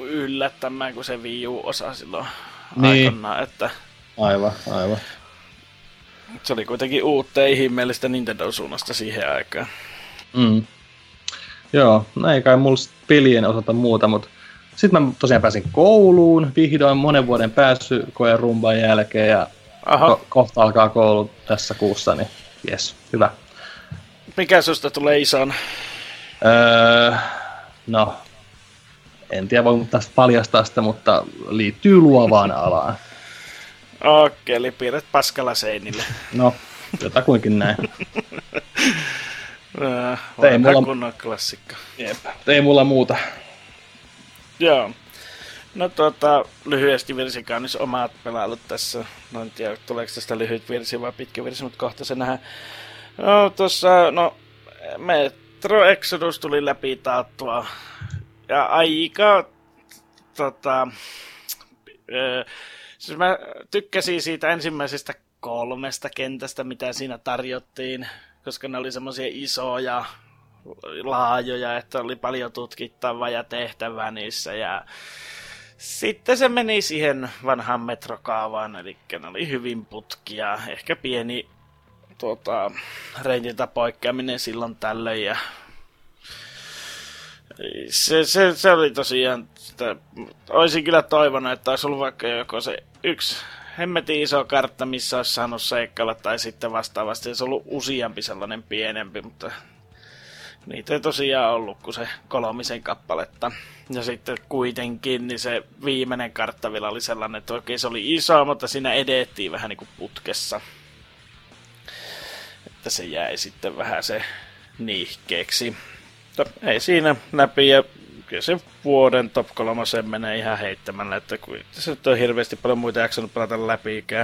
yllättämään kuin se Wii U-osa silloin niin. aikanaan, että Aivan, aivan. se oli kuitenkin uutta ja ihmeellistä Nintendo-suunnasta siihen aikaan. Mm. Joo, no ei kai mulla pelien osalta muuta, mutta sitten mä tosiaan pääsin kouluun, vihdoin monen vuoden päässyt koerumban jälkeen ja ko- kohta alkaa koulu tässä kuussa, niin jes, hyvä. Mikä susta tulee ison? Öö, no, en tiedä voin tästä paljastaa sitä, mutta liittyy luovaan alaan. Okei, eli piirret paskalla seinille. No, jotakuinkin näin. no, ei mulla kunnon klassikko. Jep, ei mulla muuta. Joo. No tuota, lyhyesti virsikaunis omat pelailut tässä. No en tiedä, tuleeko tästä lyhyt virsi vai pitkä virsi, mutta kohta se nähdään. No tossa, no Metro Exodus tuli läpi taattua. Ja aika, tota, öö, siis mä tykkäsin siitä ensimmäisestä kolmesta kentästä, mitä siinä tarjottiin, koska ne oli semmoisia isoja, laajoja, että oli paljon tutkittavaa ja tehtävää niissä. Ja sitten se meni siihen vanhaan metrokaavaan, eli ne oli hyvin putkia, ehkä pieni tuota, reitiltä poikkeaminen silloin tällöin. Ja se, se, se oli tosiaan, sitä, olisin kyllä toivonut, että olisi ollut vaikka joko se yksi hemmetin iso kartta, missä olisi saanut seikkailla, tai sitten vastaavasti olisi ollut useampi sellainen pienempi, mutta niitä ei tosiaan ollut kuin se kolmisen kappaletta. Ja sitten kuitenkin niin se viimeinen kartta vielä oli sellainen, että oikein se oli iso, mutta siinä edettiin vähän niin kuin putkessa. Että se jäi sitten vähän se niihkeeksi. Mutta ei siinä läpi, ja kyllä se vuoden top kolmosen menee ihan heittämällä, että kun se nyt on hirveästi paljon muita jaksanut pelata läpiikään.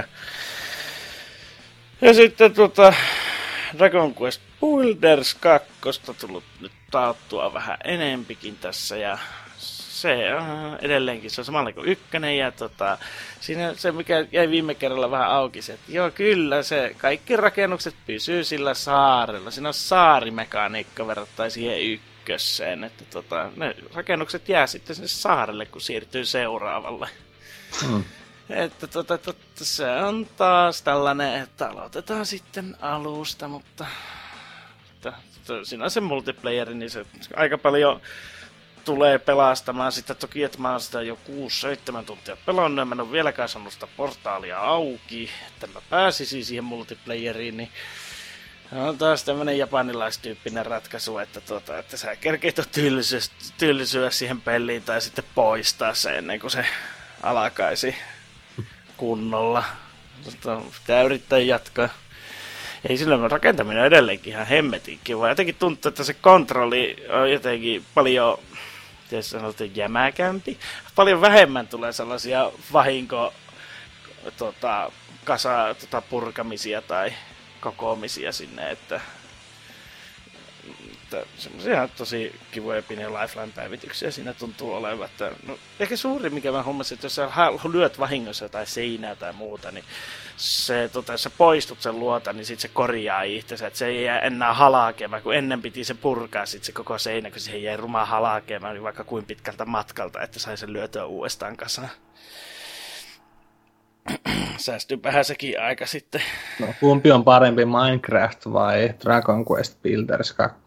Ja sitten tuota Dragon Quest Builders kaksi tullut nyt taattua vähän enempikin tässä, ja se on edelleenkin, se on samalla kuin ykkönen, ja tota, siinä se mikä jäi viime kerralla vähän auki, se, että joo kyllä, se kaikki rakennukset pysyy sillä saarella, siinä on saarimekaniikka verrattuna siihen ykköseen, että tota, ne rakennukset jää sitten sinne saarelle, kun siirtyy seuraavalle. Hmm. Että tota, tota, se on taas tällainen, että aloitetaan sitten alusta, mutta että, että siinä on se multiplayeri, niin se aika paljon tulee pelastamaan sitä. Toki, että mä oon sitä jo kuusi seitsemän tuntia pelannut, ja mä en ole vieläkään saanut sitä portaalia auki, että mä pääsisin siihen multiplayeriin, niin on taas tämmönen japanilaistyyppinen ratkaisu, että, tuota, että sä kerkeet tylsyä, tylsyä siihen peliin tai sitten poistaa se ennen kuin se alkaisi kunnolla. Tota, pitää yrittää jatkaa. Ei sillä rakentaminen on edelleenkin ihan hemmetin kiva. Jotenkin tuntuu, että se kontrolli on jotenkin paljon, tietysti sanotaan, jämäkämpi. Paljon vähemmän tulee sellaisia vahinko tota, kasa, tota, purkamisia tai kokoamisia sinne, että, että semmoisia tosi kivoja pieniä Lifeline-päivityksiä siinä tuntuu olevan. Että, no, ehkä suuri, mikä mä huomasin, että jos sä lyöt vahingossa jotain seinää tai muuta, niin se, tota, jos sä poistut sen luota, niin sit se korjaa itsensä, että se ei jää enää halakemaan, kun ennen piti se purkaa sit se koko seinä, kun siihen jäi rumaa halakemaan, niin vaikka kuin pitkältä matkalta, että sai sen lyötyä uudestaan kasaan. Säästyypähän sekin aika sitten. No, kumpi on parempi, Minecraft vai Dragon Quest Builders kaksi?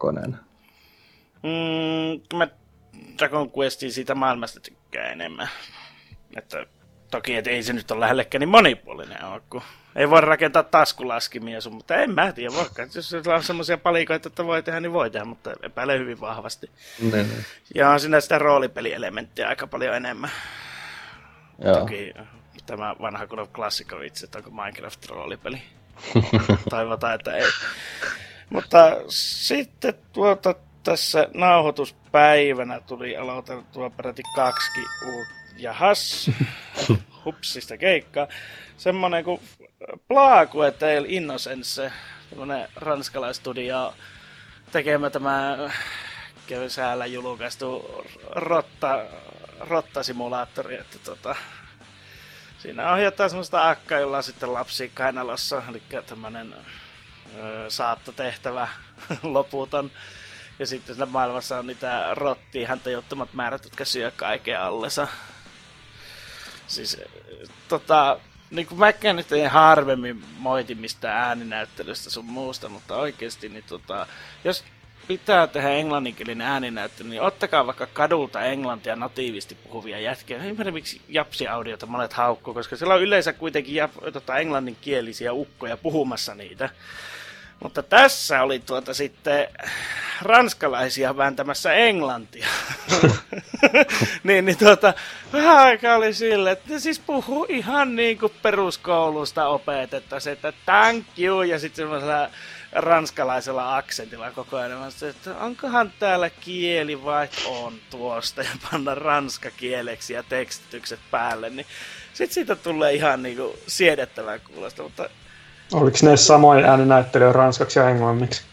Mm, mä Dragon Questin siitä maailmasta tykkään enemmän. Että toki, et ei se nyt ole lähellekään niin monipuolinen ole, kun ei voi rakentaa taskulaskimia sun, mutta en mä tiedä, vaikka jos on semmoisia palikoita, että voi tehdä, niin voi tehdä, mutta epäilen hyvin vahvasti. Ne, ne. Ja on siinä sitä roolipelielementtiä aika paljon enemmän. Joo. Toki tämä vanha kunnon klassikko vitsi, että onko Minecraft roolipeli. Toivotaan, että ei. Mutta sitten tuota, tässä nauhoituspäivänä tuli aloiteltua peräti kaksi uutta. Jahas, hupsista keikkaa. Semmonen kuin Plague Tale Innocence, semmonen ranskalaistudio tekemä tämä kesällä julkaistu rotta, rottasimulaattori, että tota, siinä ohjataan semmoista akkaa, jolla on sitten lapsi kainalossa, eli tämmönen ö, saattotehtävä loputon. Ja sitten siinä maailmassa on niitä rottia, häntä juttomat määrät, jotka syö kaiken allensa. Siis tota, niin kuin mäkään nyt ei harvemmin moiti mistään ääninäyttelystä sun muusta, mutta oikeesti niin tota, jos pitää tehdä englanninkielinen ääninäyttely, niin ottakaa vaikka kadulta englantia natiivisti puhuvia jätkiä. En ymmärrä miksi japsi-audiota monet haukkuu, koska siellä on yleensä kuitenkin jap, tota, englanninkielisiä ukkoja puhumassa niitä. Mutta tässä oli tuota sitten ranskalaisia vääntämässä englantia. niin, niin tuota, vähän aikaa oli silleen, että ne siis puhuu ihan niin kuin peruskoulusta opetettaisiin, että thank you, ja sitten semmoisella ranskalaisella aksentilla koko ajan, että onkohan täällä kieli vai on tuosta, ja panna ranskakieleksi ja tekstitykset päälle, niin sitten siitä tulee ihan niin kuin siedettävää kuulosta, mutta oliko ne samoja ääninäyttelyjä ranskaksi ja englanniksi?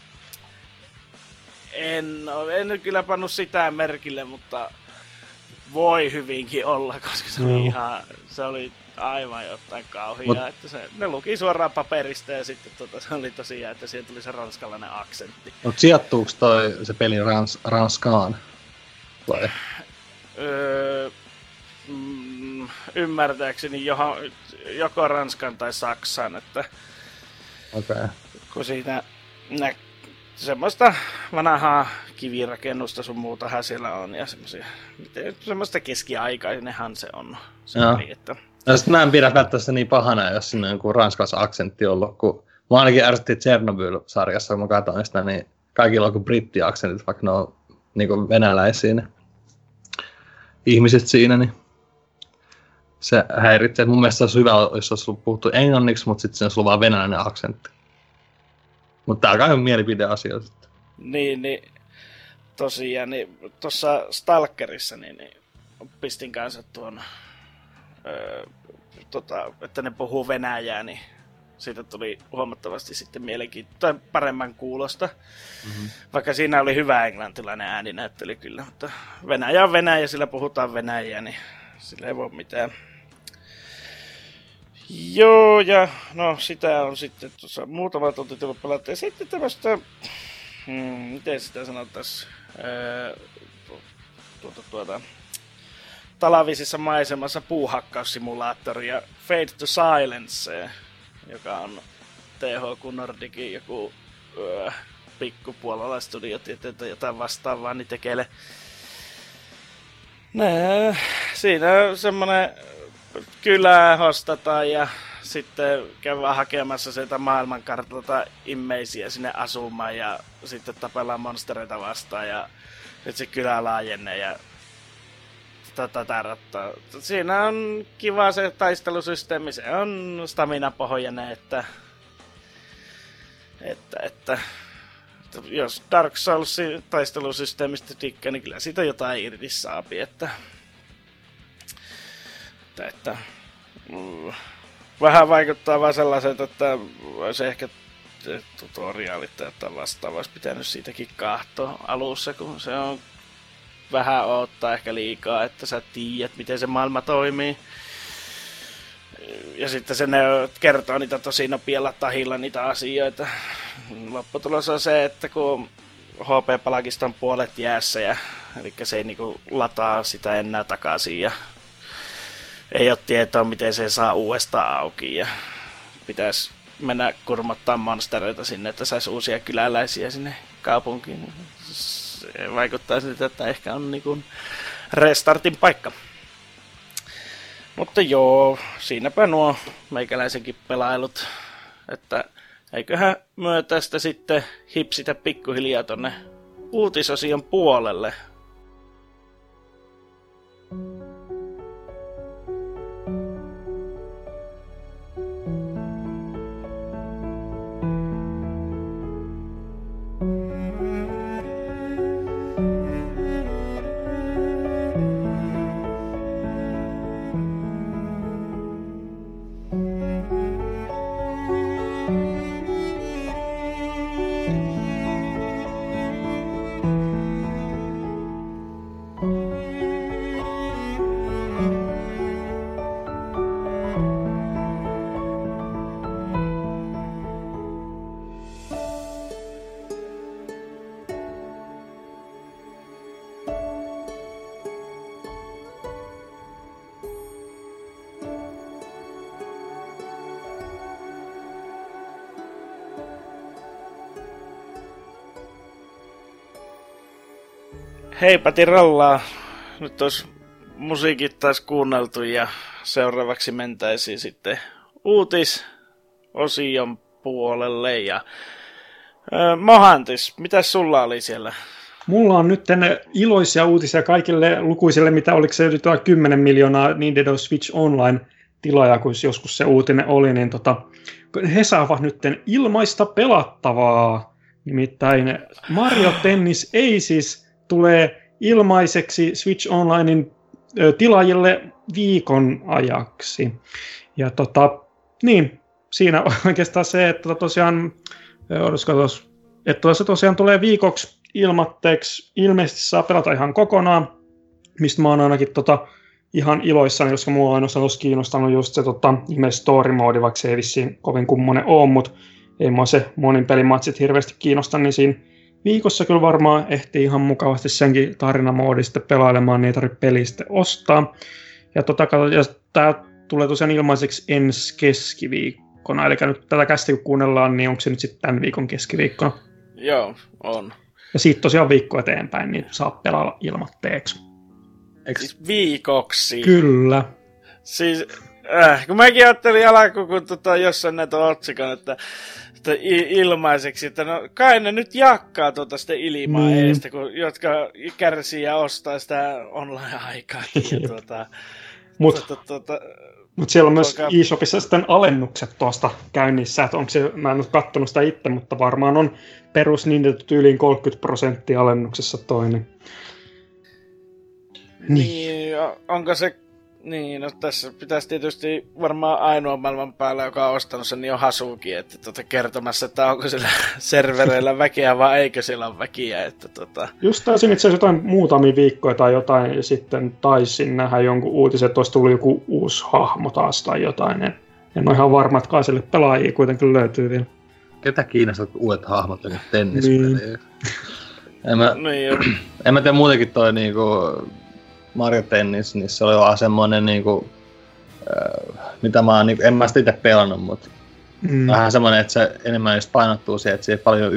En, en kyllä pannut sitä merkille, mutta voi hyvinkin olla, koska se oli, no. ihan, se oli aivan jotain kauheaa. Mut, että se, ne luki suoraan paperista ja sitten tota, se oli tosiaan, että siihen tuli se ranskalainen aksentti. Mutta sijoittuuko toi se peli rans, Ranskaan? Vai? Öö, mm, ymmärtääkseni johon, joko Ranskan tai Saksaan, että okay. Kun siinä nä, semmoista vanhaa kivirakennusta sun muutahan siellä on ja semmoisia, semmoista keskiaikainenhan se on. Se peli, että no sit mä en pidä välttämättä niin pahana, jos siinä on joku ranskalaisen aksentti ollut, kun mä ainakin ärsytti Chernobyl-sarjassa, kun mä katsoin sitä, niin kaikilla on kuin brittiaksentit, vaikka ne on niin kuin venäläisiä ne ihmiset siinä, niin se häiritsee. Mun mielestä se olisi hyvä, jos olisi ollut puhuttu englanniksi, mutta sitten se olisi ollut vaan venäläinen aksentti. Mutta tää on kai mielipideasia sitten. Niin, niin tosiaan, niin tuossa Stalkerissa niin, niin pistin kanssa tuon, öö, tota, että ne puhuu venäjää, niin siitä tuli huomattavasti sitten mielenkiintoista, paremman kuulosta. Mm-hmm. Vaikka siinä oli hyvä englantilainen ääninäyttely kyllä, mutta Venäjä on Venäjä, sillä puhutaan venäjää, niin sillä ei voi mitään. Joo, ja no sitä on sitten tuossa muutama tunti tullut pelata. Ja sitten tämmöistä, hmm, miten sitä sanotaan, öö, tuota, tuota, talavisessa maisemassa puuhakkaussimulaattori ja Fade to Silence, joka on T H Q Nordicin joku öö, pikkupuolalaistudiotit, että jotain vastaavaa, niin tekeile. Nää, siinä on semmonen kylää hostataan ja sitten käydään hakemassa sieltä maailmankartalta immeisiä sinne asumaan ja sitten tapellaan monstereita vastaan ja sitten se kylä laajenee ja tätä tarvittaa. Siinä on kiva se taistelusysteemi, se on stamina-pohjainen, että, että, että jos Dark Souls taistelusysteemistä dikkaa, niin kyllä siitä jotain irti saapi, että että, että mm, vähän vaikuttaa vaan sellaiset, että olisi ehkä tutoriaalit tai jotain vastaavaa, olisi pitänyt siitäkin kahtoa alussa, kun se on vähän odottaa ehkä liikaa, että sä tiedät, miten se maailma toimii. Ja sitten se ne kertoo niitä tosi nopealla tahilla niitä asioita. Lopputulos on se, että kun H P-palakista on puolet jäässä, ja, eli se ei niinku lataa sitä enää takaisin, ja ei ole tietoa, miten se saa uudestaan auki, ja pitäisi mennä kurmottaa monstereita sinne, että saisi uusia kyläläisiä sinne kaupunkiin. Se vaikuttaa siltä, että ehkä on niinku restartin paikka. Mutta joo, siinäpä nuo meikäläisenkin pelailut, että eiköhän myö tästä sitten hipsitä pikkuhiljaa tonne uutisosion puolelle. Heipä tirallaa. Nyt olisi musiikit taas kuunneltu ja seuraavaksi mentäisiin sitten uutisosion puolelle. Ja äh, Mohantis, mitäs sulla oli siellä? Mulla on nyt tänne iloisia uutisia kaikille lukuisille, mitä oliko se yli kymmenen miljoonaa Nintendo Switch Online-tilaajaa, kun joskus se uutinen oli, niin tota, he saavat nyt ilmaista pelattavaa. Nimittäin Mario Tennis Aces tulee ilmaiseksi Switch Onlinein tilaajille viikon ajaksi. Ja tota, niin, siinä on oikeastaan se, että tosiaan, että se tosiaan tulee viikoksi ilmatteeksi. Ilmeisesti saa pelata ihan kokonaan, mistä mä oon ainakin tota, ihan iloissani, koska mua on ainoastaan olisi kiinnostanut just se tota, ihme story-moodi, vaikka se ei vissiin kovin kummonen ole, mutta ei mua se monin pelimatsit hirveästi kiinnosta, niin siinä viikossa kyllä varmaan ehtii ihan mukavasti senkin tarinamoodi sitten pelailemaan, niin ei tarvitse peliä sitten ostaa. Ja, tota, ja tää tulee tosiaan ilmaiseksi ensi keskiviikkona, eli nyt tätä kästi kun kuunnellaan, niin onko se nyt sitten tämän viikon keskiviikkona? Joo, on. Ja siitä tosiaan viikko eteenpäin, niin saa pelata ilmatteeksi. Siis viikoksi? Kyllä. Siis, äh, kun mäkin ajattelin alkuun, kun tota, jossain näitä otsikon, että, että ilmaiseksi, että no kai ne nyt jakkaa tuota sitä ilmaa mm. eestä, kun, jotka kärsii ja ostaa sitä online-aikaa. tuota, Mutta tuota, tuota, mut siellä on myös tuoka... eShopissa sitten alennukset tuosta käynnissä, että onko se, mä en ole kattonut sitä itse, mutta varmaan on perus Nintendo tyyliin kolmekymmentä prosenttia alennuksessa toinen. Niin. niin, onko se... Niin, no tässä pitäisi tietysti varmaan ainoa maailman päällä, joka on ostanut sen, niin on Hasuki, että tuota, kertomassa, että onko sillä servereillä väkeä vai eikö siellä ole väkiä, että tota... Just taisin itse asiassa jotain muutamia viikkoja tai jotain, ja sitten taisin nähdä jonkun uutisen, että olisi tullut joku uusi hahmo taas tai jotain, en, en ole ihan varma, että kai sille pelaajia kuitenkin löytyy vielä. Ketä kiinnostaa uudet hahmot ja tennispelejä? Niin. En mä, niin, en mä tiedä muutenkin toi niinku... Mario Tennis, niin se oli vaan semmoinen niinku, äh, mitä mä oon, niinku, en mä sitä itse pelannut, mutta mm. vähän semmoinen, että se enemmän just painottuu siihen, että se ei paljon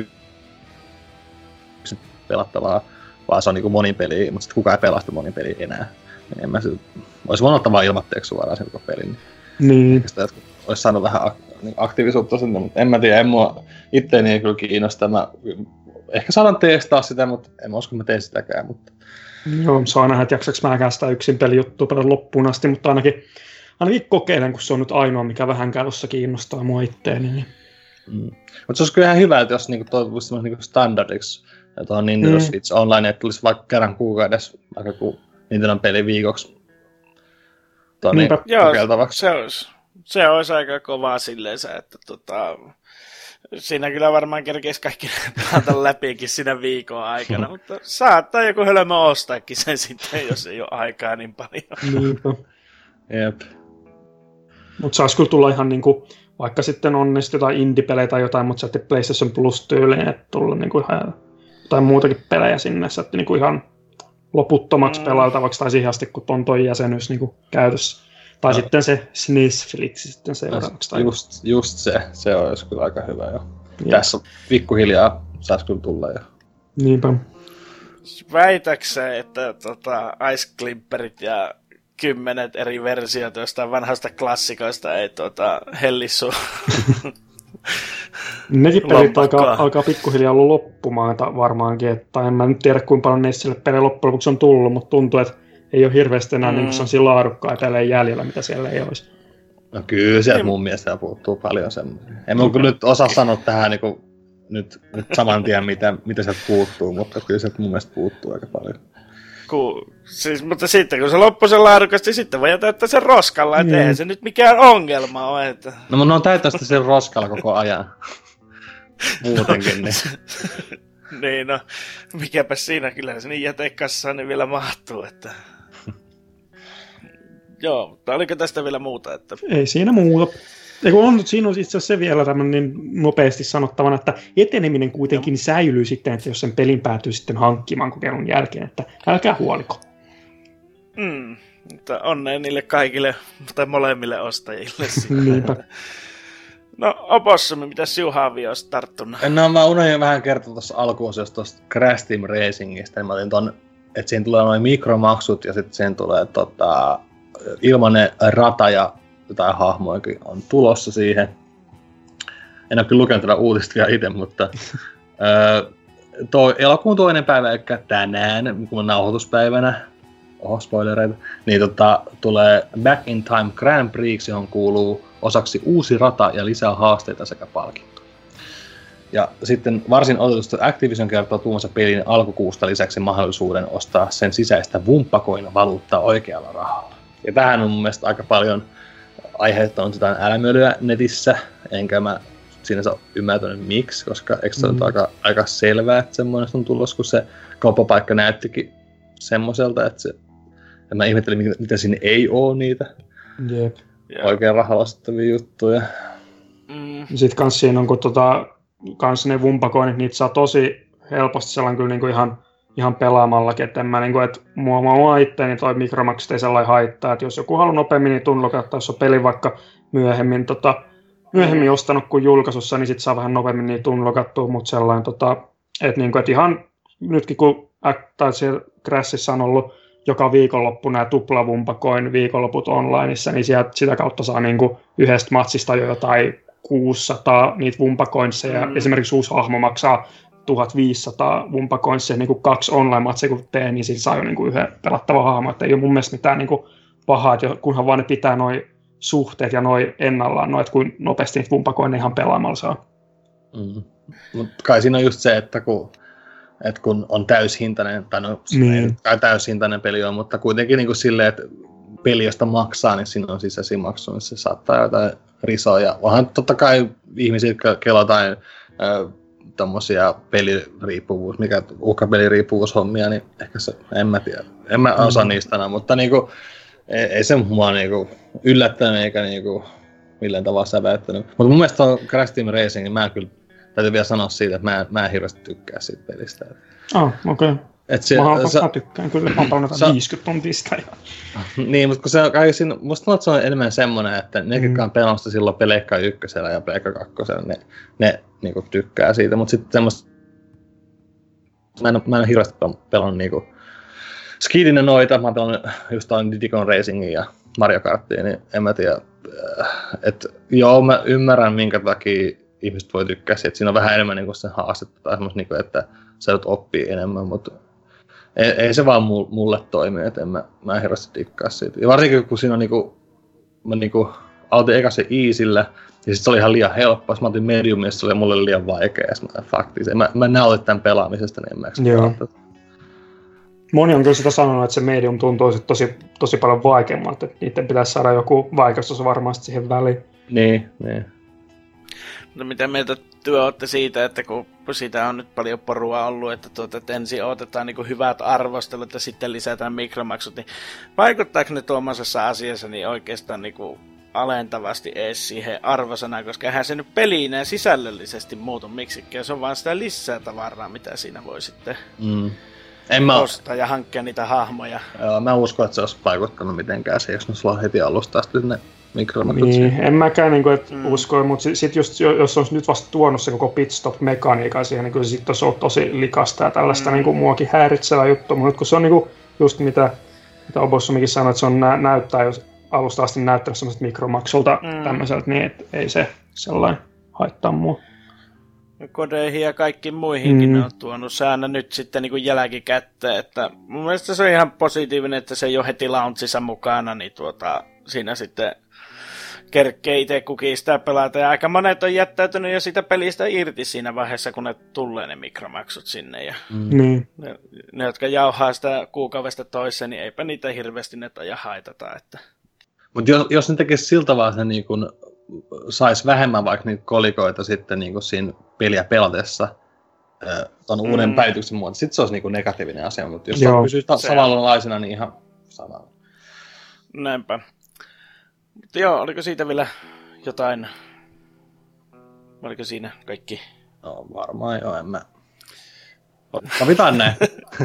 yksin pelattavaa, vaan se on niinku monipeliä, mutta sitten kukaan ei pelasta monipeliä enää. Niin en mä sit, olisi voinut ottaa vaan ilmatteeksi suoraan sen koko pelin. Niin. Sitä, olisi saanut vähän ak- aktiivisuutta sinne, mutta en mä tiedä, en mua itteeni ei kyllä kiinnosta. Mä ehkä saadaan testaa sitä, mutta en mä usko, että mä teen sitäkään, mutta joo, saa nähdä, että jaksaks mäkään sitä yksin pelijuttua pelata loppuun asti, mutta ainakin, ainakin kokeilen, kun se on nyt ainoa, mikä vähänkään tuossa kiinnostaa mua itteeni. Niin. Mm. Mutta se olisi kyllä ihan hyvä, että jos niinku tulisi niinku standardiksi tuohon Nintendo mm. Switch Online, että tulisi vaikka kerran kuukaudessa vaikka ku Nintendo peli viikoksi tuonne kokeiltavaksi. Se olisi, se olisi aika kovaa silleensä, että tota... Siinä kyllä varmaan kerkeisi kaikki pelata läpikin siinä viikon aikana, mutta saattaa joku hölmö ostaakin sen sitten, jos ei ole aikaa niin paljon. Niinpä. Jep. Mutta saisi kyllä tulla ihan niinku, vaikka sitten on jotain indie-pelejä tai jotain, mutta sitten PlayStation Plus-tyyliin, että tulla niinku ihan jotain muutakin pelejä sinne, että niinku ihan loputtomaksi mm. pelailtavaksi tai siihen asti, kun on toi jäsenyys niinku käytössä. Tai no. sitten se SNES-fliksi sitten seuraavaksi. Just, just se, se olisi kyllä aika hyvä jo. Ja. Tässä pikkuhiljaa saisi kyllä tulla jo. Niinpä. Väitäksä, että tota, Ice Climperit ja kymmenet eri versioita jostain vanhasta klassikoista ei tota, hellissu? Nekin pelit alkaa, alkaa pikkuhiljaa ollut loppumaan varmaankin. Että en mä nyt tiedä, kuinka paljon niistä sille pelejä loppujen lopuksi on tullut, mutta tuntuu, että ei ole hirveästi enää mm. niin sellaisia laadukkaita pelejä jäljellä, mitä siellä ei olisi. No kyllä, sieltä mun mielestä puuttuu paljon semmoisia. En mä kyllä nyt osaa sanoa tähän niin kuin, nyt, nyt saman tien, mitä, mitä sieltä puuttuu, mutta kyllä sieltä mun mielestä puuttuu aika paljon. Ku, siis, mutta sitten kun se loppui sen laadukasti, sitten voi jättää sen roskalla, että mm. eihän se nyt mikään ongelma ole. Että... No mutta ne on täyttävästi sen roskalla koko ajan. Muutenkin niin. Niin no, mikäpä siinä kyllä se niin jätekassaan niin vielä mahtuu, että... Joo, mutta oliko tästä vielä muuta? Että... Ei siinä muuta. Eiku on, siinä on itse asiassa se vielä tämmöinen niin nopeasti sanottavana, että eteneminen kuitenkin no. säilyy sitten, että jos sen pelin päätyy sitten hankkimaan kokeilun jälkeen, että älkää huoliko. Mm, mutta onnea niille kaikille, tai molemmille ostajille. Niinpä. No, Opossumi, mitäs Juhavi olisi tarttunut? No, mä unohdin vähän kertoa tuossa alkuosiossa tuosta Crash Team Racingista, niin mä otin ton että siihen tulee noin mikromaksut ja sitten siihen tulee tota, ilmainen rata ja jotain hahmoakin on tulossa siihen. En ole kyllä lukenut tätä uutista vielä itse, mutta öö, toi, elokuun toinen päivä, eli tänään, kun on nauhoituspäivänä, oho, spoilereita, niin tota, tulee Back in Time Grand Prix, johon kuuluu osaksi uusi rata ja lisää haasteita sekä palkintoja. Ja sitten varsin odotusta Activision kertoo tuomansa pelin alkukuusta lisäksi mahdollisuuden ostaa sen sisäistä vumppakoina valuuttaa oikealla rahalla. Ja tähän on mun mielestä aika paljon aiheuttanut jotain älämölyä netissä, enkä mä siinä saa ymmärtänyt miksi, koska eikö se mm. ole aika, aika selvää, että semmoinen on tulossa, kun se kauppapaikka näyttikin semmoiselta, että, se, että mä ihmettelin, mitä siinä ei ole niitä Jep. oikein rahalla ostettavia juttuja. Mm. Sitten kans siinä on, kun tota, kans ne vumpakoinit, niitä saa tosi helposti sellainen kyllä niinku ihan, ihan pelaamallakin, että en mä niinku, että mua, mua itse, niin toi mikromaksut ei sellainen haittaa, että jos joku haluaa nopeammin, niin tunlokaa, jos on peli vaikka myöhemmin, tota, myöhemmin ostanut kuin julkaisussa, niin sit saa vähän nopeammin niitä unlockattua, mutta sellainen, tota, että niinku, et ihan nytkin kun tai siellä Crashissa on ollut joka viikonloppu nämä tuplavumpakoin viikonloput onlineissa, niin sieltä, sitä kautta saa niinku yhdestä matsista jo jotain kuusisataa niitä vumpakoinseja. Mm. Esimerkiksi uusi hahmo maksaa tuhatviisisataa vumpakoinseja, niin kuin kaksi online-matseja kun tee, niin siitä saa jo niinku yhden pelattavan hahmo. Että ei ole mun mielestä mitään niinku pahaa, että kunhan vaan ne pitää noi suhteet ja noi ennallaan, no, että kuin nopeasti niitä vumpakoineja ihan pelaamalla saa. Mm. Mutta kai siinä on just se, että kun, että kun on täyshintainen, tai no niin. Ei täyshintainen peli on, mutta kuitenkin niin kuin silleen, että peli, josta maksaa, niin siinä on sisäisiä maksuja, niin se saattaa jotain risoja. Onhan totta kai ihmisiä, jotka kelaa jotain äh, tommosia peliriippuvuus, mikä uhkapeliriippuvuushommia, niin ehkä se, en mä tiedä. En mä osaa mm. niistä enää, mutta niinku, ei, ei se mua niinku yllättänyt eikä niinku millään tavalla säväyttänyt. Mutta mun mielestä on Crash Team Racing, niin mä kyllä täytyy vielä sanoa siitä, että mä, mä en hirveästi tykkää siitä pelistä. Ah, okei. Okay. Mä, sa- mä tykkään kyllä, mä oon pelannut sa- viisikymmentä tuntista. Ja... niin, mutta kun se on kai siinä, musta tuntuu, että se on enemmän semmoinen, että ne, jotka on pelannut silloin Pleikka ykkösellä ja Pleikka kakkosella, ne, ne niinku tykkää siitä, mutta sitten semmoista, mä en, mä en ole hirveästi pelannut niinku skidinä noita, mä oon pelannut just toi Diddy Kong Racingin ja Mario Karttia, niin en mä tiedä, että joo, mä ymmärrän minkä takia ihmiset voi tykkää siitä, että siinä on vähän enemmän niinku sen haastetta tai semmoista, niinku, että sä oot oppii enemmän, mutta ei, ei se vaan mulle toimi, että en mä, mä en hirveästi dikkaa siitä. Ja varsinkin kun siinä on niinku, mä niinku aloitin eka se easyllä, ja sit se oli ihan liian helppo, mä otin medium, ja se oli mulle liian vaikea, ja mä faktiin, mä, mä nautin tämän pelaamisesta, niin en mä ekstra. Moni on kyllä sitä sanonut, että se medium tuntuu tosi, tosi paljon vaikeammalta, että niiden pitäisi saada joku vaikeus varmasti siihen väliin. Niin, niin. No mitä mieltä työ olette siitä, että kun siitä on nyt paljon porua ollut, että, tuota, että ensin otetaan niin kuin hyvät arvostelut ja sitten lisätään mikromaksut, niin vaikuttaako ne tuommoisessa asiassa niin oikeastaan niin kuin alentavasti edes siihen arvosanaan, koska eihän se nyt peliineen sisällöllisesti muutu miksikään, se on vaan sitä lisää tavaraa, mitä siinä voi sitten mm. en mä... ostaa ja hankkia niitä hahmoja. Joo, mä uskon, että se olisi vaikuttanut mitenkään se, jos ne sulla heti alusta sitten ne mikromaksut. Niin, en mäkään niin kuin, että mm. usko, mutta sitten just, jos on nyt vasta tuonut se koko pitstop-mekaniikan siihen, niin kyllä se sitten olisi ollut tosi likasta ja tällaista mm. niin kuin muakin häiritsevä juttu, mutta kun se on niin kuin, just mitä, mitä Obossumikin sanoi, että se on nä- näyttää, jos alusta asti näyttänyt sellaiset mikromaksulta mm. tämmöiseltä, niin et ei se sellainen haittaa mua. Kodeihin ja kaikkiin muihinkin mm. ne on tuonut säännä nyt sitten niin kuin jälkikäteen, että mun mielestä se on ihan positiivinen, että se ei ole heti launchissa mukana, niin tuota, siinä sitten kerkkee itse kukin sitä pelata, ja aika monet on jättäytynyt jo siitä pelistä irti siinä vaiheessa, kun ne tulee ne mikromaksut sinne, ja mm. ne, ne, jotka jauhaa sitä kuukaudesta toiseen, niin eipä niitä hirveästi ne taja haitata, että... Mutta jos, jos ne tekisi siltä vaan se niin kun sais vähemmän vaikka niitä kolikoita sitten niin kun siinä peliä pelatessa tuon mm. uuden päivityksen muoto, sitten se olisi niin kun negatiivinen asia, mutta jos Joo, se pysyisi ta- samanlaisena, niin ihan samalla. Näinpä. Mutta joo, oliko siitä vielä jotain? Oliko siinä kaikki? No varmaan joo, en mä... Opitaan näin.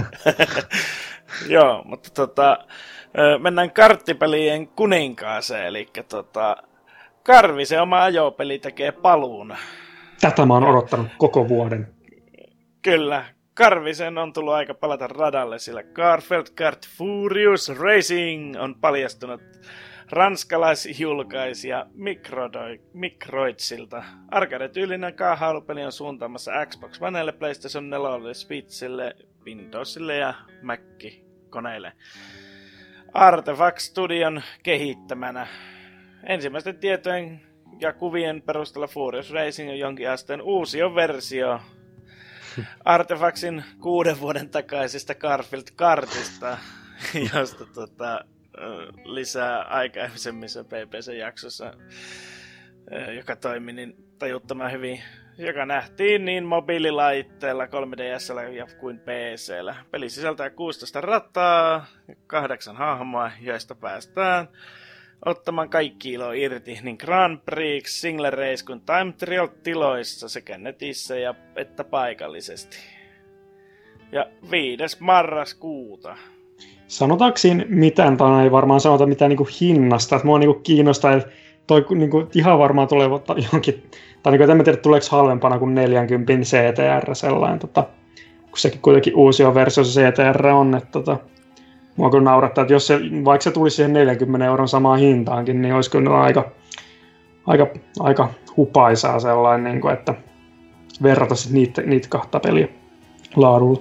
Joo, mutta tota, mennään karttipelien kuninkaaseen, eli tota, Karvi, se oma ajopeli, tekee paluun. Tätä mä oon odottanut koko vuoden. Kyllä, Karvisen on tullut aika palata radalle, sillä Garfield Kart Furious Racing on paljastunut ranskalaisjulkaisija Microidsilta. Arcade-tyylinen kaahailupeli on suuntaamassa Xbox Onelle, PlayStation neljälle, Switchille, Windowsille ja Mac-koneille. Artefact Studion kehittämänä. Ensimmäisten tietojen ja kuvien perusteella Furious Racing on jonkin asteen uusio versio Artefactin kuuden vuoden takaisesta Garfield Kartista, josta tota, lisää aikaisemmissa P P C-jaksossa, joka toimi niin tajuttoman hyvin, joka nähtiin niin mobiililaitteella, kolme D S:llä kuin P C:llä. Peli sisältää kuusitoista rataa, kahdeksan hahmoa, joista päästään ottamaan kaikki ilo irti niin Grand Prix, Single Race kuin Time Trial tiloissa sekä netissä ja että paikallisesti. Ja viides marraskuuta. Sanotaanko siinä mitään, tai ei varmaan sanota mitään niinku hinnasta, että mua niinku kiinnostaa, että toi niinku ihan varmaan tulee johonkin, tai niinku, en tiedä tuleeko halvempana kuin neljäkymmentä C T R sellainen, tota, kun sekin kuitenkin uusi versio se C T R on, että tota, mua kyllä naurattaa, että jos se, vaikka se tulisi siihen neljänkymmenen euron samaan hintaankin, niin olisi kyllä aika, aika, aika hupaisaa sellainen, niin kuin, että verrata sitten niitä, niitä kahta peliä laadulla.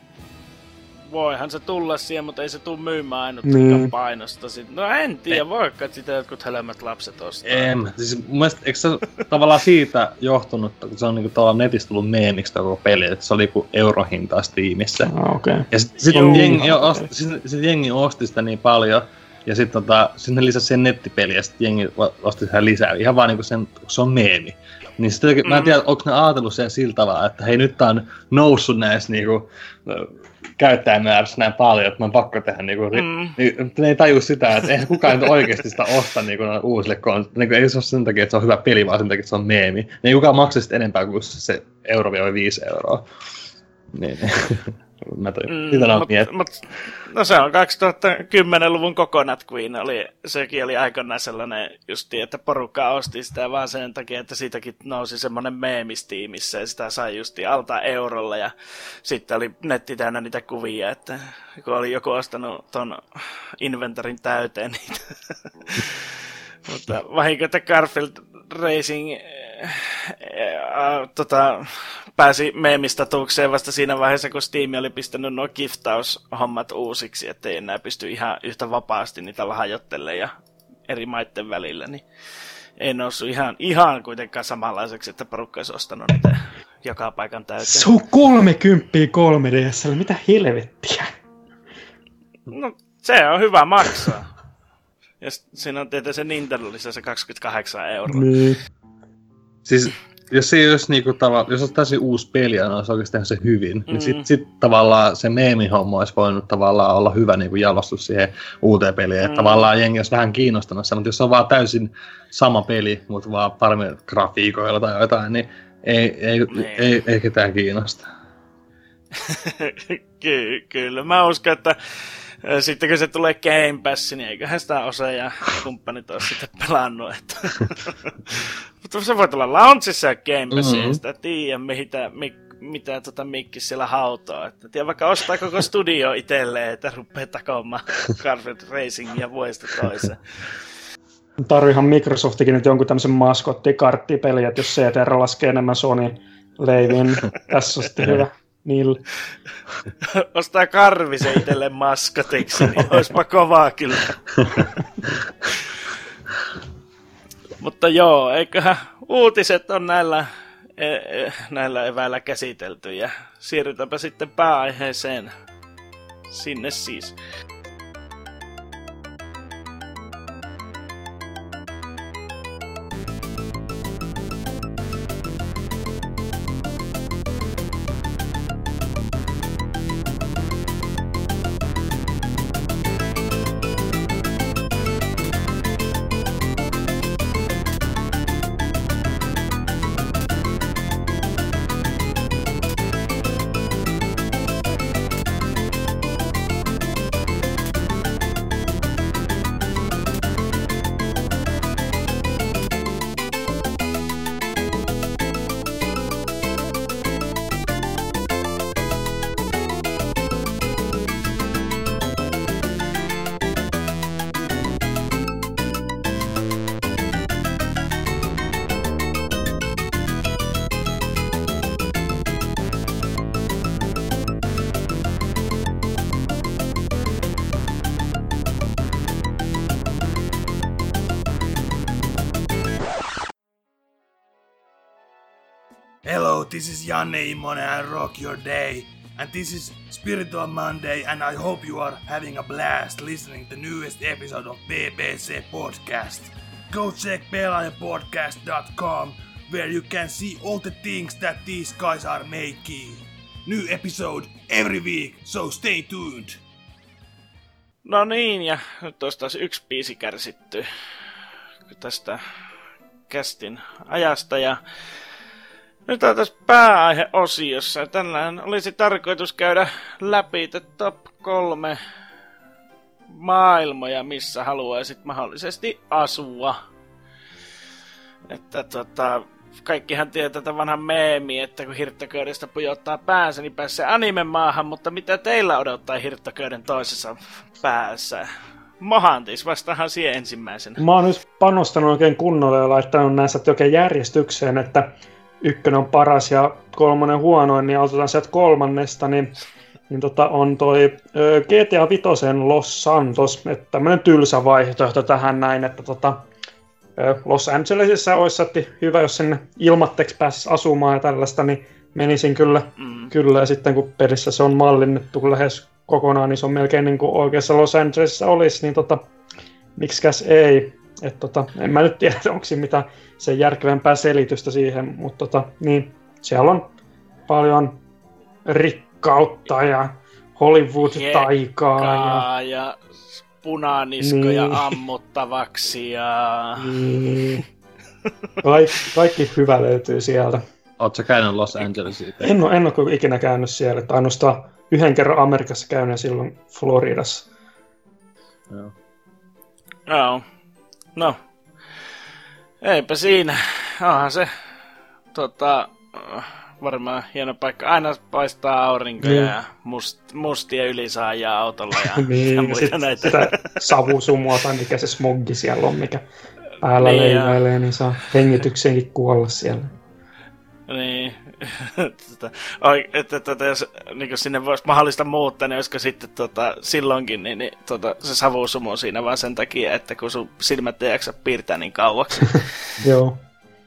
Voihan se tulla siihen, mutta ei se tule myymään ainuttakaan niin painosta. No en tiedä, voikaan sitä jotkut hölmät lapset ostaa. En. Siis mun mielestä, eikö se tavallaan siitä johtunut, kun se on niinku tavallaan netistä tullut meemiksi koko peli, että se oli joku eurohintaa Steamissä. Ah, okay. Ja sit, sit, jengi, osti, sit, sit jengi osti sitä niin paljon, ja sit tota, sit ne lisäsi sen nettipeliä, ja sit jengi osti sitä lisää, ihan vaan niinku sen, kun se on meemi. Niin sit, mm. mä en tiedä, onko ne ajatellut sen sillä tavalla, että hei, nyt tää on noussut näissä niinku käyttäjämäärässä näin paljon, että mä on pakko tehdä niinku, mm. niin, ne ei taju sitä, että eihän kukaan nyt oikeesti sitä osta niinku uusille konsolille. Niinku, ei se ole sen takia, että se on hyvä peli, vaan sen takia, että se on meemi. Niin ei kukaan maksa sit enempää kuin se euro vai viisi euroa. Niin, mä toin, mm, sitä on mut, no se on kaksituhattakymmenluvun Coconut Queen, oli, sekin oli aikanaan sellainen justi, että porukka osti sitä vaan sen takia, että siitäkin nousi semmoinen meemistiimissä ja sitä sai justi alta eurolla ja sitten oli netti täynnä niitä kuvia, että kun oli joku ostanut ton inventorin täyteen niitä. Mutta vahinko, että Garfield Racing äh, äh, tota, pääsi meemistatukseen vasta siinä vaiheessa, kun Steam oli pistänyt nuo giftaushommat uusiksi, ettei enää pysty ihan yhtä vapaasti niitä lahjoittelemaan ja eri maiden välillä, niin ei noussut ihan, ihan kuitenkaan samanlaiseksi, että porukka olisi ostanut niitä joka paikan täyteen. Se on kolmekymmentä kolme D S:llä, mitä helvettiä? No, se on hyvä maksaa. Ja siinä on tietysti se Nintendo-lisä se kaksikymmentäkahdeksan euroa. Niin. Siis jos se ei olisi niinku tavallaan, jos olisi täysin uusi peli ja olisi oikeasti tehdä se hyvin, mm. niin sitten sit tavallaan se meemihomma olisi voinut tavallaan olla hyvä niinku jalostus siihen uuteen peliin. Mm. Että tavallaan jengi olisi vähän kiinnostanut se, mutta jos se on vaan täysin sama peli, mutta vaan paremmin grafiikoilla tai jotain, niin ei, ei, niin. ei, ei, ei ketään kiinnosta. Ky- kyllä, mä uskon, että sitten kun se tulee Game Pass, niin eiköhän sitä osa ja kumppanit ole sitten pelannut. Että mutta se voi tulla launchissa ja Game Pass, mm-hmm. ei sitä tiedä, mitä, mitä tota Mikki siellä hautoo. Että tiedä vaikka ostaa koko studio itselleen, että rupeaa takomaan Garfield Racingia vuodesta toiseen. Tarvihan Microsoftikin nyt jonkun tämmöisen maskottikarttipeli, että jos C T R laskee enemmän Sony leiviin, tässä on sitten hyvä. Niille. Ostaa Karvisen itselleen maskotiksi, niin oispa kovaa kyllä. Mutta joo, eiköhän uutiset on näillä, e, e, näillä eväillä käsitelty ja siirrytäänpä sitten pääaiheeseen. Sinne siis. this is Janne Immonen and Rock Your Day. And this is Spiritual Monday, and I hope you are having a blast listening to the newest episode of P P C Podcast. Go check pelaajapodcast dot com, where you can see all the things that these guys are making. New episode every week, so stay tuned. No niin, ja nyt olisi taas yksi biisi kärsitty tästä kästin ajasta, ja nyt on tässä pääaiheosiossa. Tänään olisi tarkoitus käydä läpi the top kolme maailmoja, missä haluaisit mahdollisesti asua. Että tota, kaikkihan tietää tätä vanhan meemi, että kun hirttoköydessä pujottaa päänsä, niin pääsee anime-maahan, mutta mitä teillä odottaa hirttoköyden toisessa päässä? Mohantis, vastaahan siihen ensimmäisenä. Mä oon nyt panostanut oikein kunnolla ja laittanut näissä oikein järjestykseen, että ykkönen on paras ja kolmonen huonoin, niin otetaan sieltä kolmannesta, niin, niin tota on toi ö, G T A viisi Los Santos, että tämmönen tylsä vaihtoehto tähän näin, että tota, ö, Los Angelesissa olisi satti hyvä, jos sinne ilmatteeksi pääsisi asumaan ja tällaista, niin menisin kyllä, mm. kyllä ja sitten kun pelissä se on mallinnettu lähes kokonaan, niin se on melkein niin kuin oikeassa Los Angelesissa olisi, niin tota, miksikäs ei. Et tota, en mä nyt tiedä, onko siinä mitään sen järkevämpää selitystä siihen, mutta tota, niin, siellä on paljon rikkautta ja Hollywood-taikaa. Ja, ja punaniskoja niin. Ammuttavaksi ja... Niin. Kaik, kaikki hyvä löytyy sieltä. Ootko sä käynyt Los Angelesiin? En ole, en ole ikinä käynyt siellä, että ainoastaan yhden kerran Amerikassa käynyt ja silloin Floridassa. Joo. Joo. No, eipä siinä. Onhan se tota, varmaan hieno paikka. Aina paistaa aurinko niin. Ja must, mustia ylisaajaa autolla ja, niin, ja muita näitä. Sitä savusumua tai mikä se smoggi siellä on, mikä päällä niin leivailee, niin saa hengitykseenkin kuolla siellä. Niin. että, että jos niin sinne voisi mahdollista muuttaa, niin olisiko sitten tota, silloinkin niin, niin, tota, se savusumu siinä vaan sen takia, että kun sun silmät ei jaksa piirtää niin kauaksi. Joo.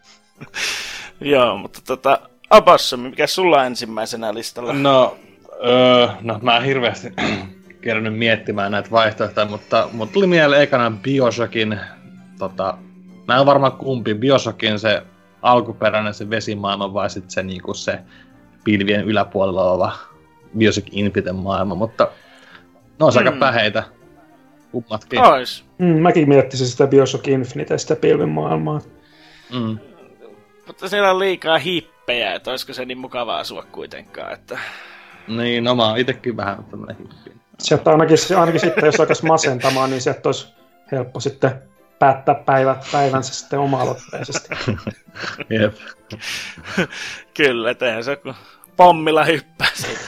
Joo, mutta tota, Apossumi, mikä sulla on ensimmäisenä listalla? No, öö, no mä oon hirveästi kerännyt miettimään näitä vaihtoehtoja, mutta mut tuli mieleen ekana Bioshockin, tota, mä en varmaan kumpi, Bioshockin se alkuperäinen se vesimaailma vai sitten se, niinku se pilvien yläpuolella oleva Bioshock Infinite maailma, mutta ne olisi mm. aika päheitä kummatkin. Ois. Mm, mäkin miettisin sitä Bioshock Infinite ja sitä pilvin maailmaa. Mm. Mutta siellä on liikaa hippejä, että olisiko se niin mukava asua kuitenkaan, että... Niin, no mä oon itekin vähän tämmönen hippi. Sieltä ainakin, ainakin sitten, jos alkaisi masentamaan, niin sieltä olisi helppo sitten päättää päivät, päivänsä sitten oma-aloitteisesti. Jep. Kyllä, tehdään se kun pommilla hyppää siitä.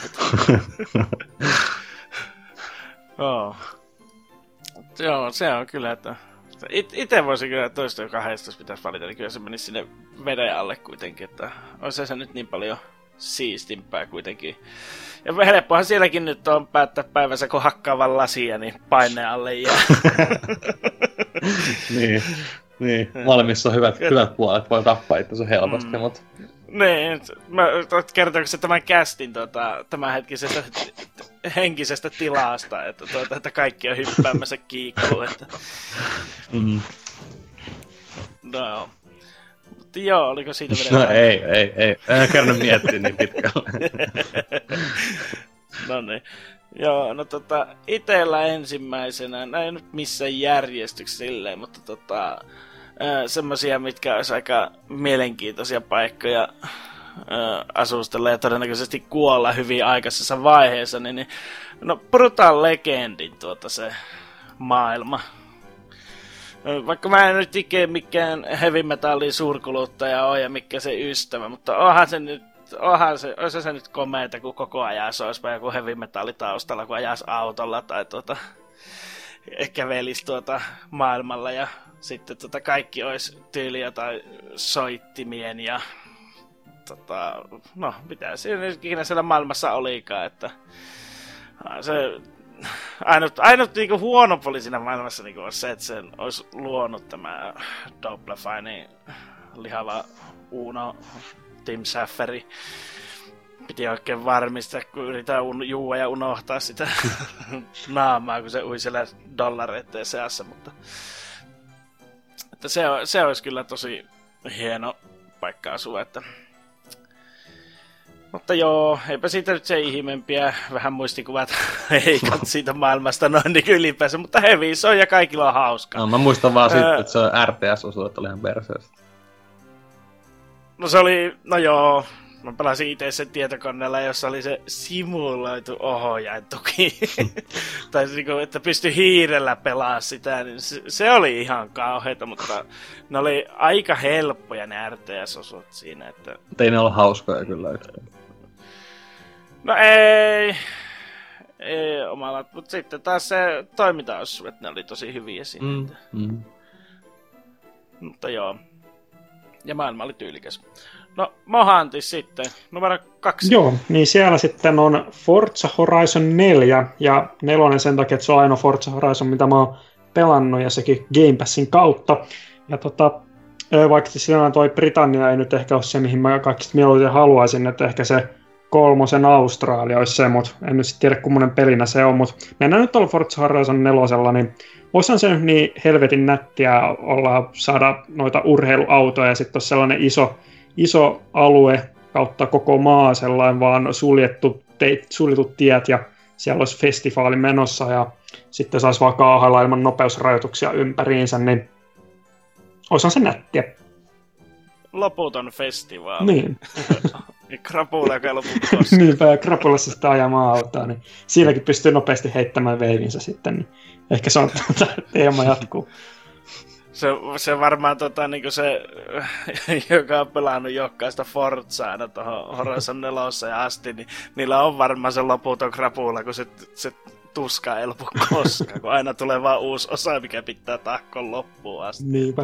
oh. Joo, se on kyllä, että... It, ite voisi kyllä toista kahdesta pitäisi valita, niin kyllä se menisi sinne veden alle kuitenkin, että olisi se nyt niin paljon siistimpää kuitenkin. Ja helppohan sielläkin nyt on päättää päivänsä, kun hakkaavan lasia, niin paineen alle jää. niin, niin. Malmissa on hyvät, hyvät puolet, voi tappaa itsensä helposti, mm. mutta... Niin, mä kertoinko se tämän castin tota, tämänhetkisestä henkisestä tilasta, että, tuota, että kaikki on hyppäämässä kiikkuun, että... Mm. No, mutta joo, oliko siitä vielä... No ei, ei, ei, en kerran miettiä niin pitkälle. No niin. Joo, no tota, itellä ensimmäisenä, näin nyt missään järjestyksessä silleen, mutta tota... semmosia, mitkä olisi aika mielenkiintoisia paikkoja ää, asustella ja todennäköisesti kuolla hyvin aikaisessa vaiheessa, niin, niin no Brutal Legendin tuota se maailma. Vaikka mä en nyt ikään mikään heavy metallin suurkuluttaja ole ja mikä se ystävä, mutta onhan se nyt, onhan se, olisi se nyt komeeta, kun koko ajan se olisi joku heavy metalli taustalla, kun ajaisi autolla tai tuota, kävelisi tuota maailmalla ja sitten tota kaikki olisi tyyli jotain soittimien ja tota, no mitä siinä ikinä siellä maailmassa olikaan, että se ainut, ainut niinku huono puoli siinä maailmassa niinku on se, että sen olisi luonut tämä Double Finein lihava Uno Tim Safferi. Piti oikein varmistaa, kun yritetään un- juua ja unohtaa sitä naamaa, kun se ui siellä dollareiden seassa, mutta että se, se olisi kyllä tosi hieno paikka asua, että mutta joo, eipä siitä nyt se ihmeempiä, vähän muistikuvat heikot siitä maailmasta noin niin ylipäänsä, mutta heavy se on ja kaikilla on hauskaa. No, mä muistan vaan sitten, että se on R T S-osuus, että oli ihan perseestä. No se oli, no joo, mä pelasin itse sen tietokoneella, jossa oli se simuloitu ohjaintuki. tai niinku, että pystyi hiirellä pelaamaan sitä, niin se, se oli ihan kauheata, mutta ne oli aika helppoja ne R T S-osut siinä, että Mutta ei ne ole hauskoja kyllä yhtään. no ei, ei omalla, mutta sitten taas se toimintaosuudet, ne oli tosi hyviä siinä. Mm, mm. Mutta joo. Ja maailma oli tyylikäs. No, Mohantis sitten, numero kaksi. Joo, niin siellä sitten on Forza Horizon neljä, ja nelonen sen takia, että se on ainoa Forza Horizon, mitä mä oon pelannut, ja sekin Game Passin kautta. Ja tota, vaikka siinä toi Britannia ei nyt ehkä ole se, mihin mä kaikista mieluiten haluaisin, että ehkä se kolmosen Australia olisi se, mutta en nyt sitten tiedä, kummonen pelinä se on, mutta mennään nyt tuolla Forza Horizon nelosella, niin osan se nyt niin helvetin nättiä olla saada noita urheiluautoja, ja sitten on sellainen iso, iso alue kautta koko maa, sellainen vaan suljettu, teit, suljetut tiet, ja siellä olisi festivaali menossa, ja sitten saisi vaan kaahailla ilman nopeusrajoituksia ympäriinsä, niin osan se nättiä. Loputon festivaali. Niin. Krapula, joka ei lopu koskaan. Niinpä, ja krapulassa sitä ajamaan autoa, niin siinäkin pystyy nopeasti heittämään veivinsä sitten, niin ehkä se on teema jatkuu. Se, se varmaan tota, niin se, joka on pelannut jokaista Forzaa aina tuohon Horizon neloseen asti, niin niillä on varmaan se loputon krapula, kun se, se tuska ei lopu koskaan, kun aina tulee vaan uusi osa, mikä pitää tahkoon loppuun asti. Niinpä.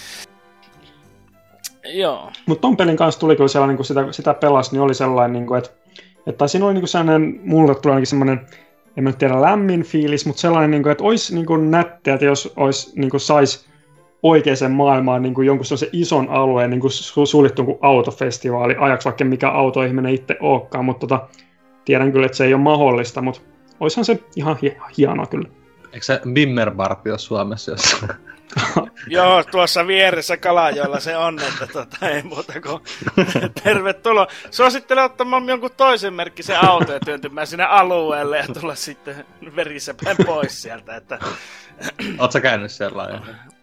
Joo. Mutta ton pelin kanssa tuli kyllä sellainen, kun sitä, sitä pelasi, niin oli sellainen, niin kuin, että, että siinä oli niin kuin sellainen, mulle tuli ainakin semmoinen, en mä nyt tiedä lämmin fiilis, mutta sellainen, niin kuin, että olisi niin kuin nättiä, että jos olisi, niin kuin sais oikeaan maailmaan niin kuin jonkun sellaisen ison alueen niin kuin suljettu kuin autofestivaali, ajaksi vaikka mikä autoihminen itse olekaan, mutta tota, tiedän kyllä, että se ei ole mahdollista, mutta olisihan se ihan hi- hienoa kyllä. Eikö se Bimmerparti ole Suomessa jossain? Joo, tuossa vieressä Kalajoella se on, että tota, ei muuta kuin tervetuloa. Suosittelen ottamaan jonkun toisen merkkisen auto ja työntymään sinne alueelle ja tulla sitten verissä päin pois sieltä. Että Ootko sä käynyt siellä?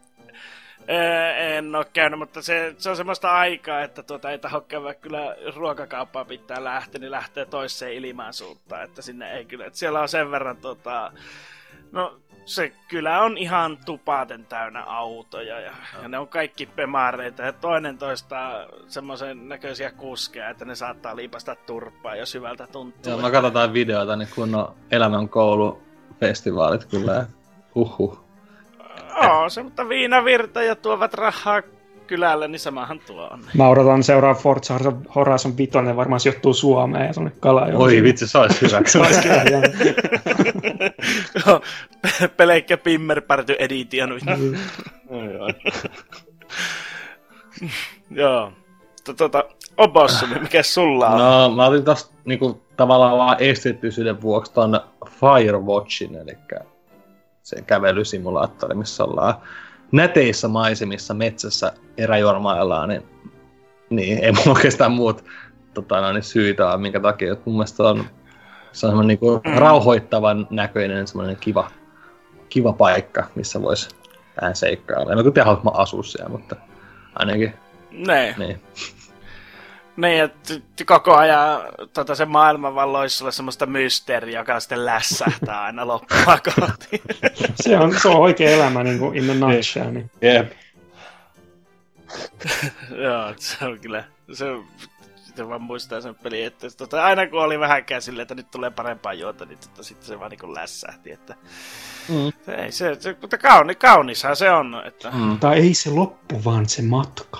en ole käynyt, mutta se, se on semmoista aikaa, että tuota, ei taho käydä kyllä ruokakauppaa pitää lähteä, niin lähtee toiseen ilmaan suuntaan, että sinne ei kyllä. Että siellä on sen verran, tota, no se kyllä on ihan tupaten täynnä autoja ja, ja ne on kaikki pemareita ja toinen toista semmoisen näköisiä kuskeja, että ne saattaa liipasta turpaa, jos hyvältä tuntuu. Joo, mä katsotaan videoita, niin kun on elämänkoulufestivaalit kyllä. Huhhuh. Joo, se, mutta viinavirta ja tuovat rahaa kylälle, niin samahan tuo on. Mä odotan seuraava Forza Horizon viisi, varmaan sijoittuu Suomeen ja tuonne Kalajoelle. Oi vitsi, se olisi hyväksi. Se olisi kyllä hieno. Joo, pelkkä Pimmerparty edition. Joo. Tota, Opossumi, mikä sulla on? No, mä otin tosta niinku tavallaan vaan esteettisyyden vuoksi ton Firewatchin, eli se kävelysimulaattori, missä ollaan näteissä maisemissa metsässä eräjuormaillaan, niin, niin ei mulla oikeastaan muut tota, no, niin syitä ole, minkä takia, että mun mielestä on, se on semmoinen niinku rauhoittavan näköinen, semmoinen kiva, kiva paikka, missä voisi vähän seikkailla. En mä kyllä tiedä, haluat mä asua siellä, mutta ainakin. Ne. Niin. Niin, että koko ajan tota, se maailman vaan loisi sulle semmoista mysteeriä, joka sitten lässähtää aina loppua kohti. Se on, se on oikea elämä niin kuin in the nutshell. Niin. Jep. Joo, se on kyllä. Se, sitten vaan muistaa sen pelin, että tota, aina kun oli vähänkään silleen, että nyt tulee parempaa juota, niin tota, sitten se vaan niin kuin lässähti. Että, mm. se, ei, se, se, mutta kauni, kaunishan se on. Että... Mm. Tai ei se loppu, vaan se matka.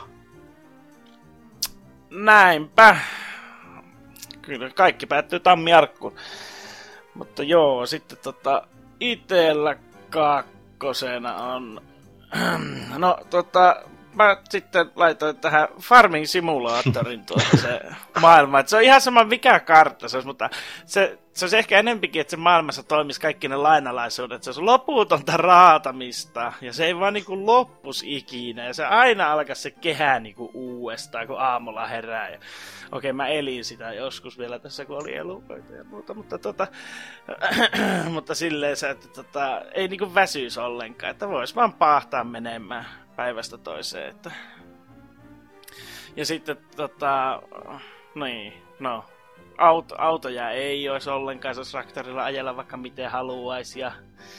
Näinpä. Kyllä kaikki päättyy tammi-arkkuun. Mutta joo, sitten tota itellä kakkosena on... No tota, mä sitten laitoin tähän Farming Simulatorin tuota se maailma. Et se on ihan sama mikä kartta se olisi, mutta se, se olisi ehkä enempikin, että se maailmassa toimisi kaikki ne lainalaisuudet. Se olisi loputonta raatamista ja se ei vaan niinku loppus ikinä. Ja se aina alkaa se kehä niinku uudestaan, kun aamulla herää. Ja okei, mä elin sitä joskus vielä tässä, kun oli elukoita ja muuta, mutta, tota, mutta silleen se, että tota, ei niinku väsyisi ollenkaan, että vois vaan paahtaa menemään päivästä toiseen, että... Ja sitten tota... Niin, no... Auto, autoja ei olisi ollenkaan, se olisi traktorilla ajella vaikka miten haluaisi ja...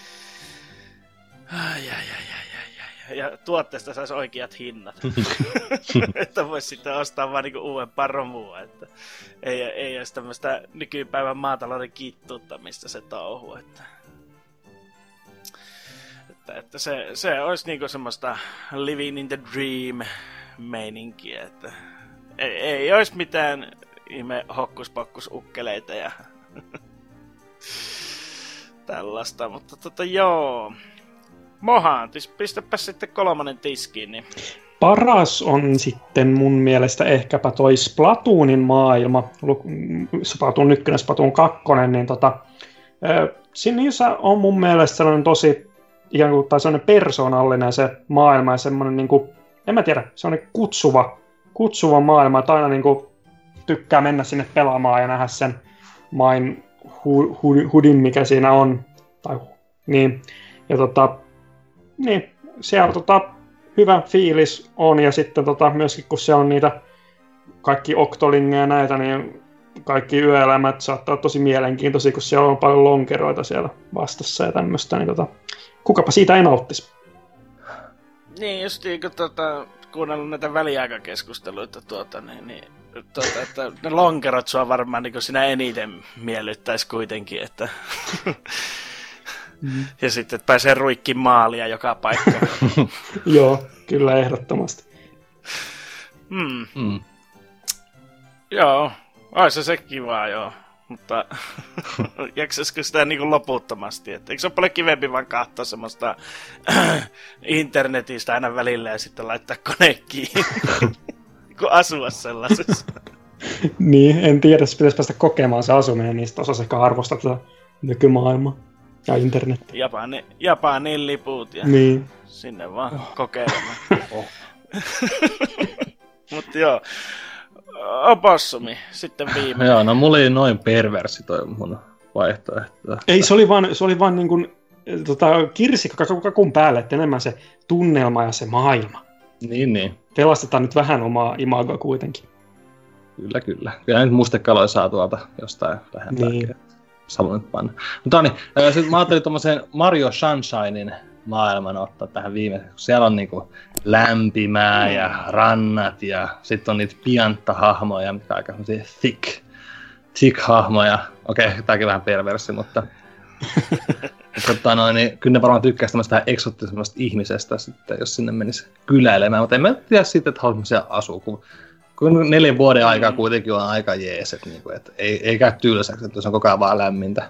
Ai, ai, ai, ai, ai, ai. Ja tuotteesta saisi oikeat hinnat. Että voisi sitten ostaa vaan niinku uudempaa romua, että... Ei, ei olisi tämmöistä nykypäivän maatalouden kittuuttamista se touhu, että... Että, että se, se olisi niinku semmoista living in the dream meininkiä, että ei, ei olisi mitään ihme hokkuspokkusukkeleita ja tällaista, mutta tota joo. Mohaan, pistäpä sitten kolmannen tiskiin. Niin. Paras on sitten mun mielestä ehkäpä toi Splatoonin maailma, Splatoon yksi, Splatoon kaksi, niin tota, siinä on mun mielestä sellainen tosi ikään kuin, tai sellainen persoonallinen se maailma ja semmoinen, niin kuin, en mä tiedä, sellainen kutsuva, kutsuva maailma, että aina niin kuin, tykkää mennä sinne pelaamaan ja nähdä sen main hu, hu, hudin, mikä siinä on, tai niin, ja tota, niin, siellä tota, hyvä fiilis on, ja sitten tota, myöskin kun siellä on niitä kaikki oktolingeja ja näitä, niin kaikki yöelämät saattaa olla tosi mielenkiintoisia, kun siellä on paljon lonkeroita siellä vastassa ja tämmöistä, niin tota, kukapa siitä ei nauttisi. Niin, just niin kun tota, kuunnellut näitä väliaikakeskusteluita, tuota, niin, niin, tuota, että ne lonkerot sua varmaan niin sinä eniten miellyttäisi kuitenkin, että... mm. Ja sitten, että pääsee ruikkiin maalia joka paikkaan. Joo, kyllä ehdottomasti. Mm. Mm. Joo, olisi se kivaa, joo. Mutta jaksaisiko sitä niin kuin loputtomasti? Että eikö se ole paljon kivempi vaan katsoa semmoista internetistä aina välillä ja sitten laittaa kone kiinni, kun asua sellaisessa? Niin, en tiedä, jos pitäisi päästä kokemaan se asuminen, niin sitten osaisi ehkä arvostaa tätä nykymaailmaa ja internettiä. Japani, Japanin liput ja niin. Sinne vaan oh. kokeilemaan. Oh. Mutta joo. Opossumi, sitten viimeinen. Joo, no mulla oli noin perversi toi mun vaihtoehto. Ei, se oli vaan, se oli vaan niin kuin, tota, kirsikka kakun päälle, että enemmän se tunnelma ja se maailma. Niin, niin. Pelastetaan nyt vähän omaa imagoa kuitenkin. Kyllä, kyllä. Kyllä nyt mustekaloja saa tuolta jostain lähempääkin. Niin. Samoin nyt panna. Mutta niin, sitten mä ajattelin tommosen Mario Sunshinein maailman ottaa tähän viimeiseen. Siellä on niinku lämpimää ja rannat ja sitten on niitä piantta-hahmoja, mitkä on aika thick, thick hahmoja. Okei, okay, tääkin vähän perversi, mutta mutta noin, niin, kyllä ne varmaan tykkäisi tämmöistä eksottisemmasta ihmisestä sitten, jos sinne menisi kyläilemään. Mutta en mä tiedä sitten, että haluaisi siellä asua, kun, kun neljän vuoden aikaa kuitenkin on aika jees, että niinku, et ei, ei käy tylsäksi, että se on koko ajan vaan lämmintä.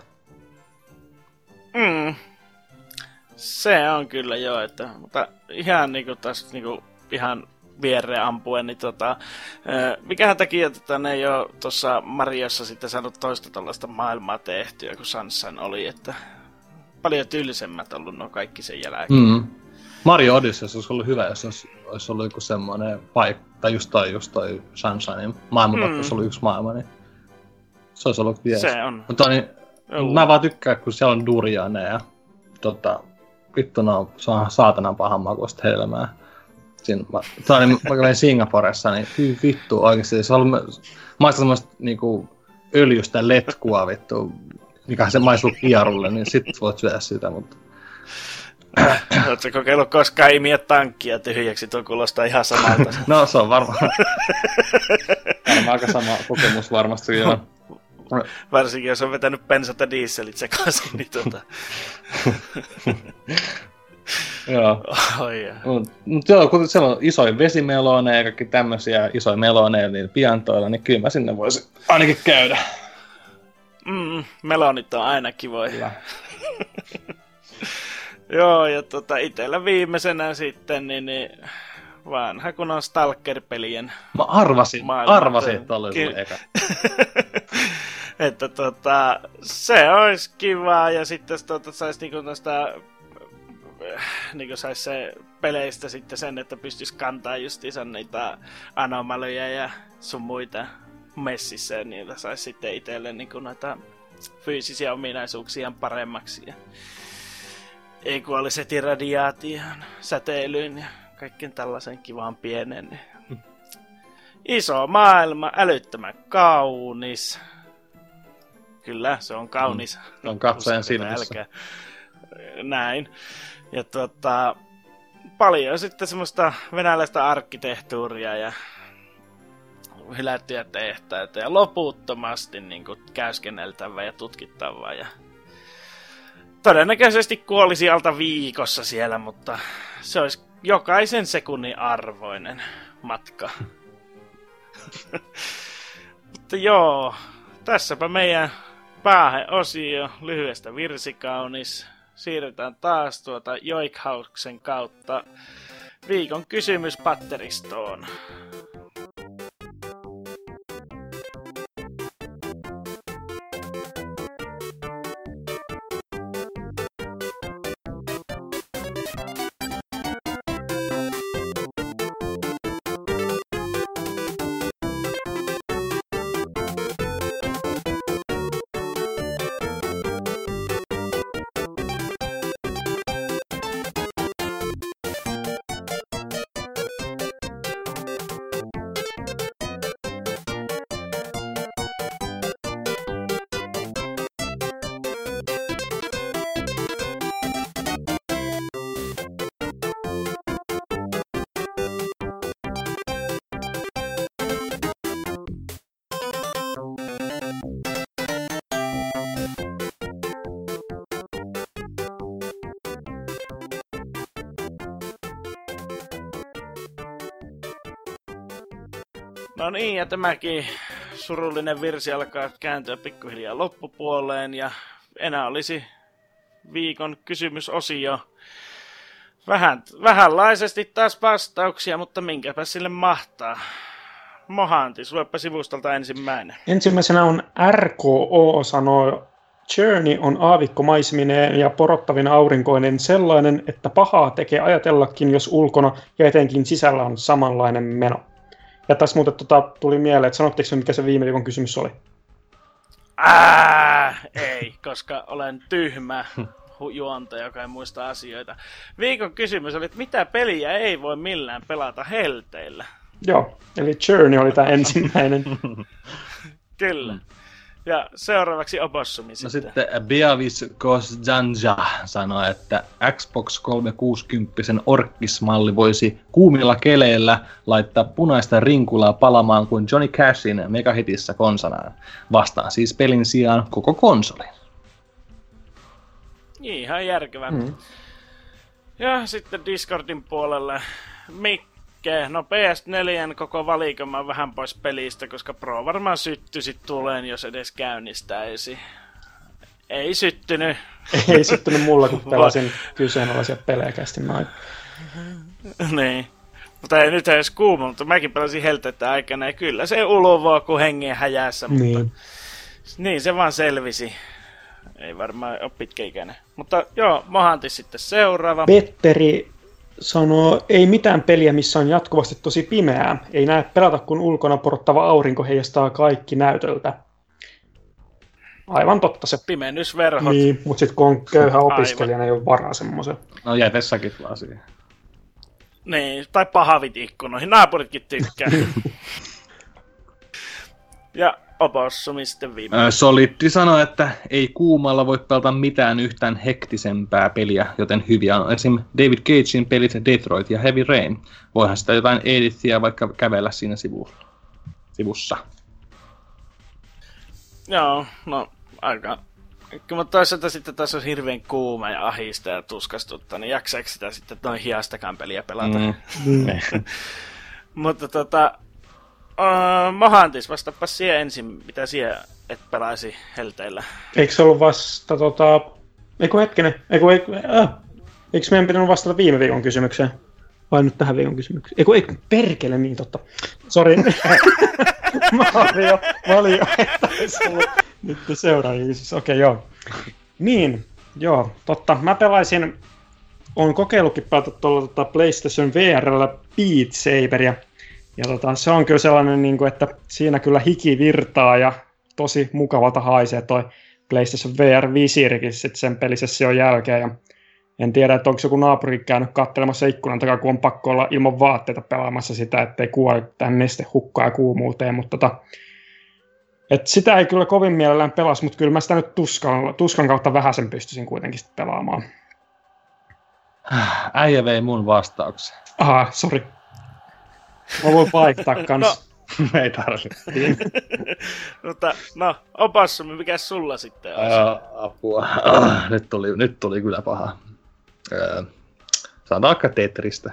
Mm. Se on kyllä joo, että, mutta ihan niinku taas niinku ihan viereen ampuen, niin tota, mikähän takia tota, ne ei ole tuossa Mariossa sitten saanut toista tällaista maailmaa tehtyä, kun Sunshine oli, että paljon tylsemmät ollut nuo kaikki sen jälkeen. Mm. Mario Odyssey olisi ollut hyvä, jos olisi, olisi ollut joku semmoinen paikka, tai just toi, just toi Sunshine maailma, mm. olisi ollut yksi maailma, niin se olisi ollut jees. Se on. Mutta niin, mä vaan tykkään, kun siellä on durianeja ja tota, vittu, no, se on saatanan pahan makuista helmää. Siinä, mä, niin, mä kävin Singaporessa, niin hy, vittu oikeesti. Se on maistaa semmoista niinku öljystä letkua vittu, mikä se maistuu kierulle, niin sit voit syödä sitä, mutta... Oletko kokeillut koskaan imiä tankkia tyhjäksi? Tuo kuulostaa ihan samalta. No se on varmaan. Varmaan aika sama kokemus varmasti, joo. Varsinkin jos on vetänyt bensat ja dieselit sekaisin, niin tuota... Joo. Oh, yeah. Mutta mut joo, kun siellä on isoja vesimeloneja ja kaikki tämmöisiä isoja meloneja niin piantoilla, niin kyllä mä sinne voisin ainakin käydä. Mm, melonit on aina kivoja. Joo, ja tota, itellä viimeisenä sitten, niin, niin vanha kun on Stalker-pelien. Mä arvasin, maailma. arvasin, että oli sulle eka. Että tota, se olisi kiva, ja sitten tota, saisi niinku tästä, niinku sais se peleistä sitten sen, että pystyisi kantaa justiinsa niitä anomaloja ja sun muita messissä, niin niitä saisi sitten itselle niinku noita fyysisiä ominaisuuksia paremmaksi. Ja ei kuolisi heti radiaatioon, säteilyyn ja kaikkien tällaisen kivaan pienen. Niin. Iso maailma, älyttömän kaunis. Kyllä, se on kaunis. Se on katsojan silmissä. Näin. Ja tuota, paljon sitten semmoista venäläistä arkkitehtuuria ja hylättyjä tehtaita ja loputtomasti niin kuin käyskenneltävää ja tutkittavaa. Ja todennäköisesti kuolisi alta viikossa siellä, mutta se olisi jokaisen sekunnin arvoinen matka. Mutta joo, tässäpä meidän pääosio lyhyestä virsikaunis. Siirrytään taas tuota Joikhauksen kautta viikon kysymyspatteristoon. No niin, ja tämäkin surullinen virsi alkaa kääntyä pikkuhiljaa loppupuoleen, ja enää olisi viikon kysymysosio. Vähän, vähänlaisesti taas vastauksia, mutta minkäpä sille mahtaa. Mohanti, sulepa sivustolta ensimmäinen. Ensimmäisenä on R K O sanoo, Journey on aavikkomaisemineen ja porottavina aurinkoinen sellainen, että pahaa tekee ajatellakin, jos ulkona ja etenkin sisällä on samanlainen meno. Ja tässä muuten tota, tuli mieleen, että sanotteko se, mikä se viime viikon kysymys oli? Ää, ei, koska olen tyhmä juontaja, joka ei muista asioita. Viikon kysymys oli, että mitä peliä ei voi millään pelata helteillä? Joo, eli Journey oli tämä ensimmäinen. Kyllä. Ja seuraavaksi Opossumi no sitten. sitten Biavis Kosjanja sanoi, että Xbox kolmesataakuusikymmentä orkkismalli voisi kuumilla keleillä laittaa punaista rinkulaa palamaan kuin Johnny Cashin megahitissä konsanaan. Vastaan siis pelin sijaan koko konsoli. Ihan järkevä. Mm. Ja sitten Discordin puolelle Mikke. No P S neljän koko valikoima vähän pois pelistä, koska Pro varmaan sytty sit tuleen, jos edes käynnistäisi. Ei syttynyt. Ei syttynyt mulla, kun pelasin kyseenalaisia pelejä kästi noin. Niin. Mutta ei nyt edes kuuma, mutta mäkin pelasin helteitä aikana ja kyllä se uluvoo kuin hengen häjässä. Niin. Mutta niin se vaan selvisi. Ei varmaan ole pitkäikäinen. Mutta joo, Mohanti sitten seuraava. Petteri sanoo, ei mitään peliä, missä on jatkuvasti tosi pimeää. Ei näe pelata, kun ulkona porottava aurinko heijastaa kaikki näytöltä. Aivan totta se. Pimennysverhot. Niin, mutta sitten kun on köyhä opiskelija, ei ole varaa semmoisen. No jätessäkin vaan siihen. Niin, tai pahavit ikkunoihin. Naapuritkin tykkää. Ja Opossumi sitten viimeinen. Solitti sanoi, että ei kuumalla voi pelata mitään yhtään hektisempää peliä, joten hyviä on esim. David Cagein pelit Detroit ja Heavy Rain. Voihan sitä jotain edittiä vaikka kävellä siinä sivussa. sivussa. Joo, no aika. Mutta toisaalta sitten tässä on hirveän kuuma ja ahista ja tuskastutta, niin jaksaako sitä sitten noin hiastakaan peliä pelata? Mm. Mutta tota... Uh, Mohantis, vastaappa siihen ensin, mitä siellä et pelaisi helteillä. Eikö se ollut vasta tota... Eiku hetkinen, eiku, eiku, äh. Eikö meidän pitänyt vastata viime viikon kysymykseen? Vai nyt tähän viikon kysymykseen? Eiku, ei, perkele, niin totta. Sori. mä olin jo, mä olin jo, että olisi ollut nyt seuraajia. Siis, okei, okay, joo. Niin, joo, totta. Mä pelaisin, oon kokeillutkin pelata tuolla tota PlayStation V R:llä Beat Saberia. Ja tota, se on kyllä sellainen, niin kuin, että siinä kyllä hiki virtaa ja tosi mukavalta haisee toi PlayStation V R-visiirikin sitten sen pelisession jälkeen. Ja en tiedä, että onko joku naapuri käynyt katselemassa ikkunan takaa, kun on pakko olla ilman vaatteita pelaamassa sitä, ettei kuole tämän nestehukkaan ja kuumuuteen. Mutta tota, et sitä ei kyllä kovin mielellään pelas, mutta kyllä mä sitä nyt tuskan, tuskan kautta vähäsen pystyisin kuitenkin sitten pelaamaan. Äijä vei mun vastauksen. Aha, sori. Mä voin vaihtaa kans. No. Ei tarvitse. Mutta no, Opossumi, mikä sulla sitten on? Ää, apua. Nyt tuli, nyt tuli kyllä paha. Ää, saadaan vaikka Tetristä.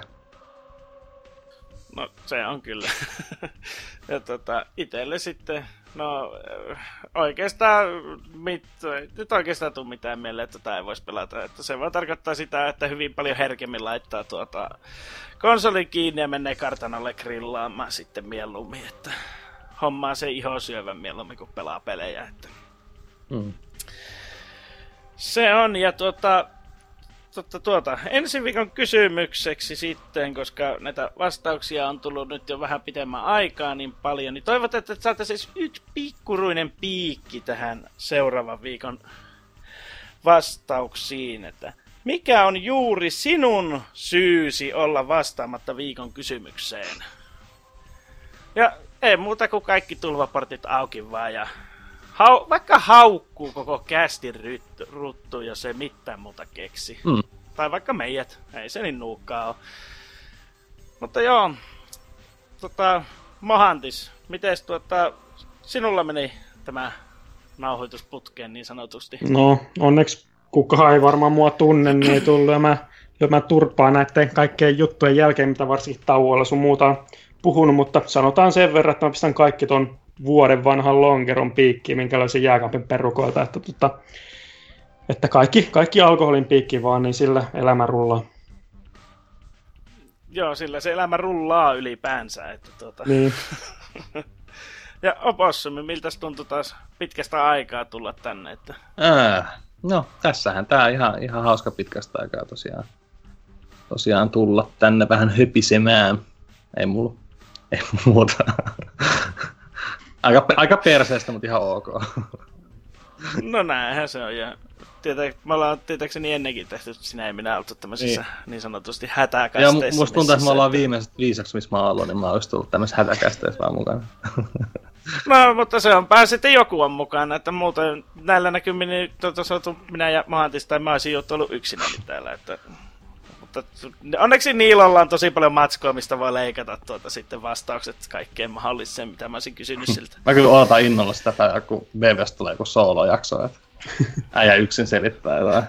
No, se on kyllä. Ja tota, itelle sitten, no oikeastaan, mit, nyt oikeastaan tuu mitään mieleen, että tätä ei voisi pelata. Että se vaan tarkoittaa sitä, että hyvin paljon herkemmin laittaa tuota konsolin kiinni ja menee kartanolle grillaamaan sitten mieluummin. Että hommaa se ihosyövän mieluummin, kun pelaa pelejä. Että. Mm. Se on, ja tuota... Tuota, tuota, ensi viikon kysymykseksi sitten, koska näitä vastauksia on tullut nyt jo vähän pitemmän aikaa niin paljon, niin toivotaan, että saataisiin siis nyt pikkuruinen piikki tähän seuraavan viikon vastauksiin, että mikä on juuri sinun syysi olla vastaamatta viikon kysymykseen? Ja ei muuta kuin kaikki tulvaportit auki vaan ja Hau, vaikka haukkuu koko kästin ruttu, jos ei mitään muuta keksi. Mm. Tai vaikka meidät, ei se niin nuukkaa ole. Mutta joo, tota, Mohantis, mites tuota, sinulla meni tämä nauhoitus putkeen niin sanotusti? No, onneksi kukaan ei varmaan mua tunne, niin ei tullut. Ja mä, ja mä turpaan näiden kaikkien juttujen jälkeen, mitä varsinkin tauolla sun muuta on puhunut, mutta sanotaan sen verran, että mä pistän kaikki ton vuoden vanhan lonkeron piikkiin, minkä löysin jääkaapin perukoilta, että, että, että kaikki, kaikki alkoholin piikki vaan, niin sillä elämä rullaa. Joo, sillä se elämä rullaa ylipäänsä. Että tuota. Niin. Ja Opossumi, miltäs tuntui taas pitkästä aikaa tulla tänne? Että. Ää, no, tässähän tää ihan, ihan hauska pitkästä aikaa tosiaan, tosiaan tulla tänne vähän höpisemään. Ei mulla, ei muuta. Aika, aika perseestä, mutta ihan ok. No näinhän se on. Ja tietä, me ollaan tietääkseni ennenkin tehty, sinä ei minä oltu tämmöisissä niin, niin sanotusti hätäkästeissä. Ja musta tuntuu, että me ollaan viimeiset viisaksi, missä mä oon ollut, niin mä oon just tullut tämmöisissä hätäkästeissä vaan mukana. No, mutta se on pääsi sitten joku on mukana, että muuten näillä näkymin niin tuota, minä ja Mohantis, tai mä olisin jo ollut yksinäni täällä, että. Mutta onneksi Niilolla on tosi paljon matskoa, mistä voi leikata tuota sitten vastaukset kaikkeen mahdolliseen, mitä mä olisin kysynyt siltä. Mä kyllä odotan innolla sitä päivää, kun B V:stä tulee joku soolojakso, että äijä yksin selittää jotain.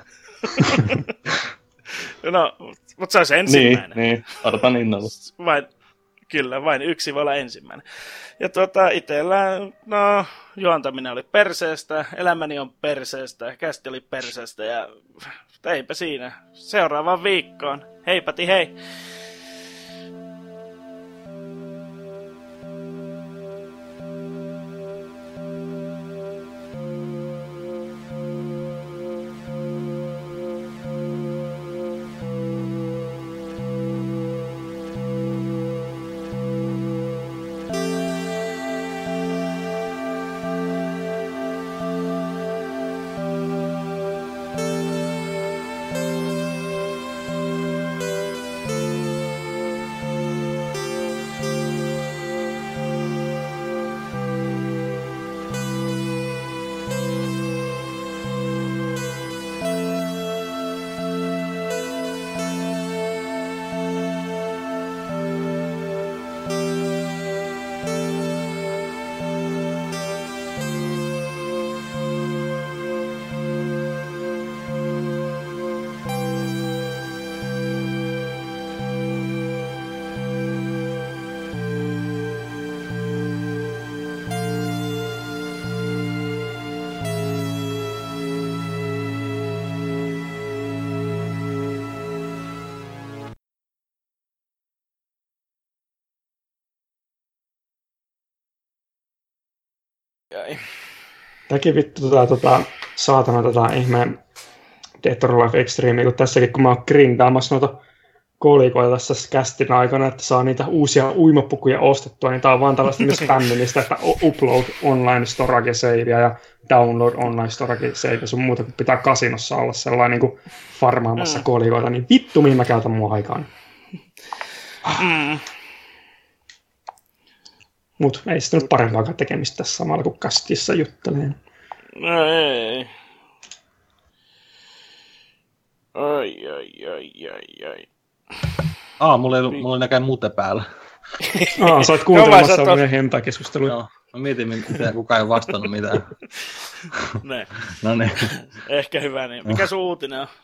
No, mutta se olisi ensimmäinen. Niin, niin, odotan innolla. Vain, kyllä, vain yksi voi olla ensimmäinen. Ja tuota, itsellä, no, juontaminen oli perseestä, elämäni on perseestä, kästi oli perseestä ja eipä siinä. Seuraavaan viikkoon. Heipati hei! ai. Tämäkin vittu tota, tota, saatana tota ihmeen Dead or Alive Extreme, kun tässäkin kun mä oon grindaamassa noita kolikoita tässä kästin aikana, että saa niitä uusia uimapukuja ostettua, niin tää on vaan tällaista myös spämmimistä, että upload online storage savea ja download online storage savea sun muuta, kun pitää kasinossa olla sellainen niin kuin farmaamassa mm. kolikoita, niin vittu mihin mä käytän mun aikaan. Mm. Mut ei sitten nyt parempaakaan tekemistä tässä samalla, kun kastissa juttelee. No ei. Ai, ai, ai, ai, ai. Aa, mulla ei ollut, mulla oli näkään mute päällä. Aa, sä oot kuuntelemassa meidän hentakeskustelua. Joo, mä mietin, mitä kukaan ei vastannut mitään. Ne. No niin. Ehkä hyvä niin. Mikä sun uutinen on?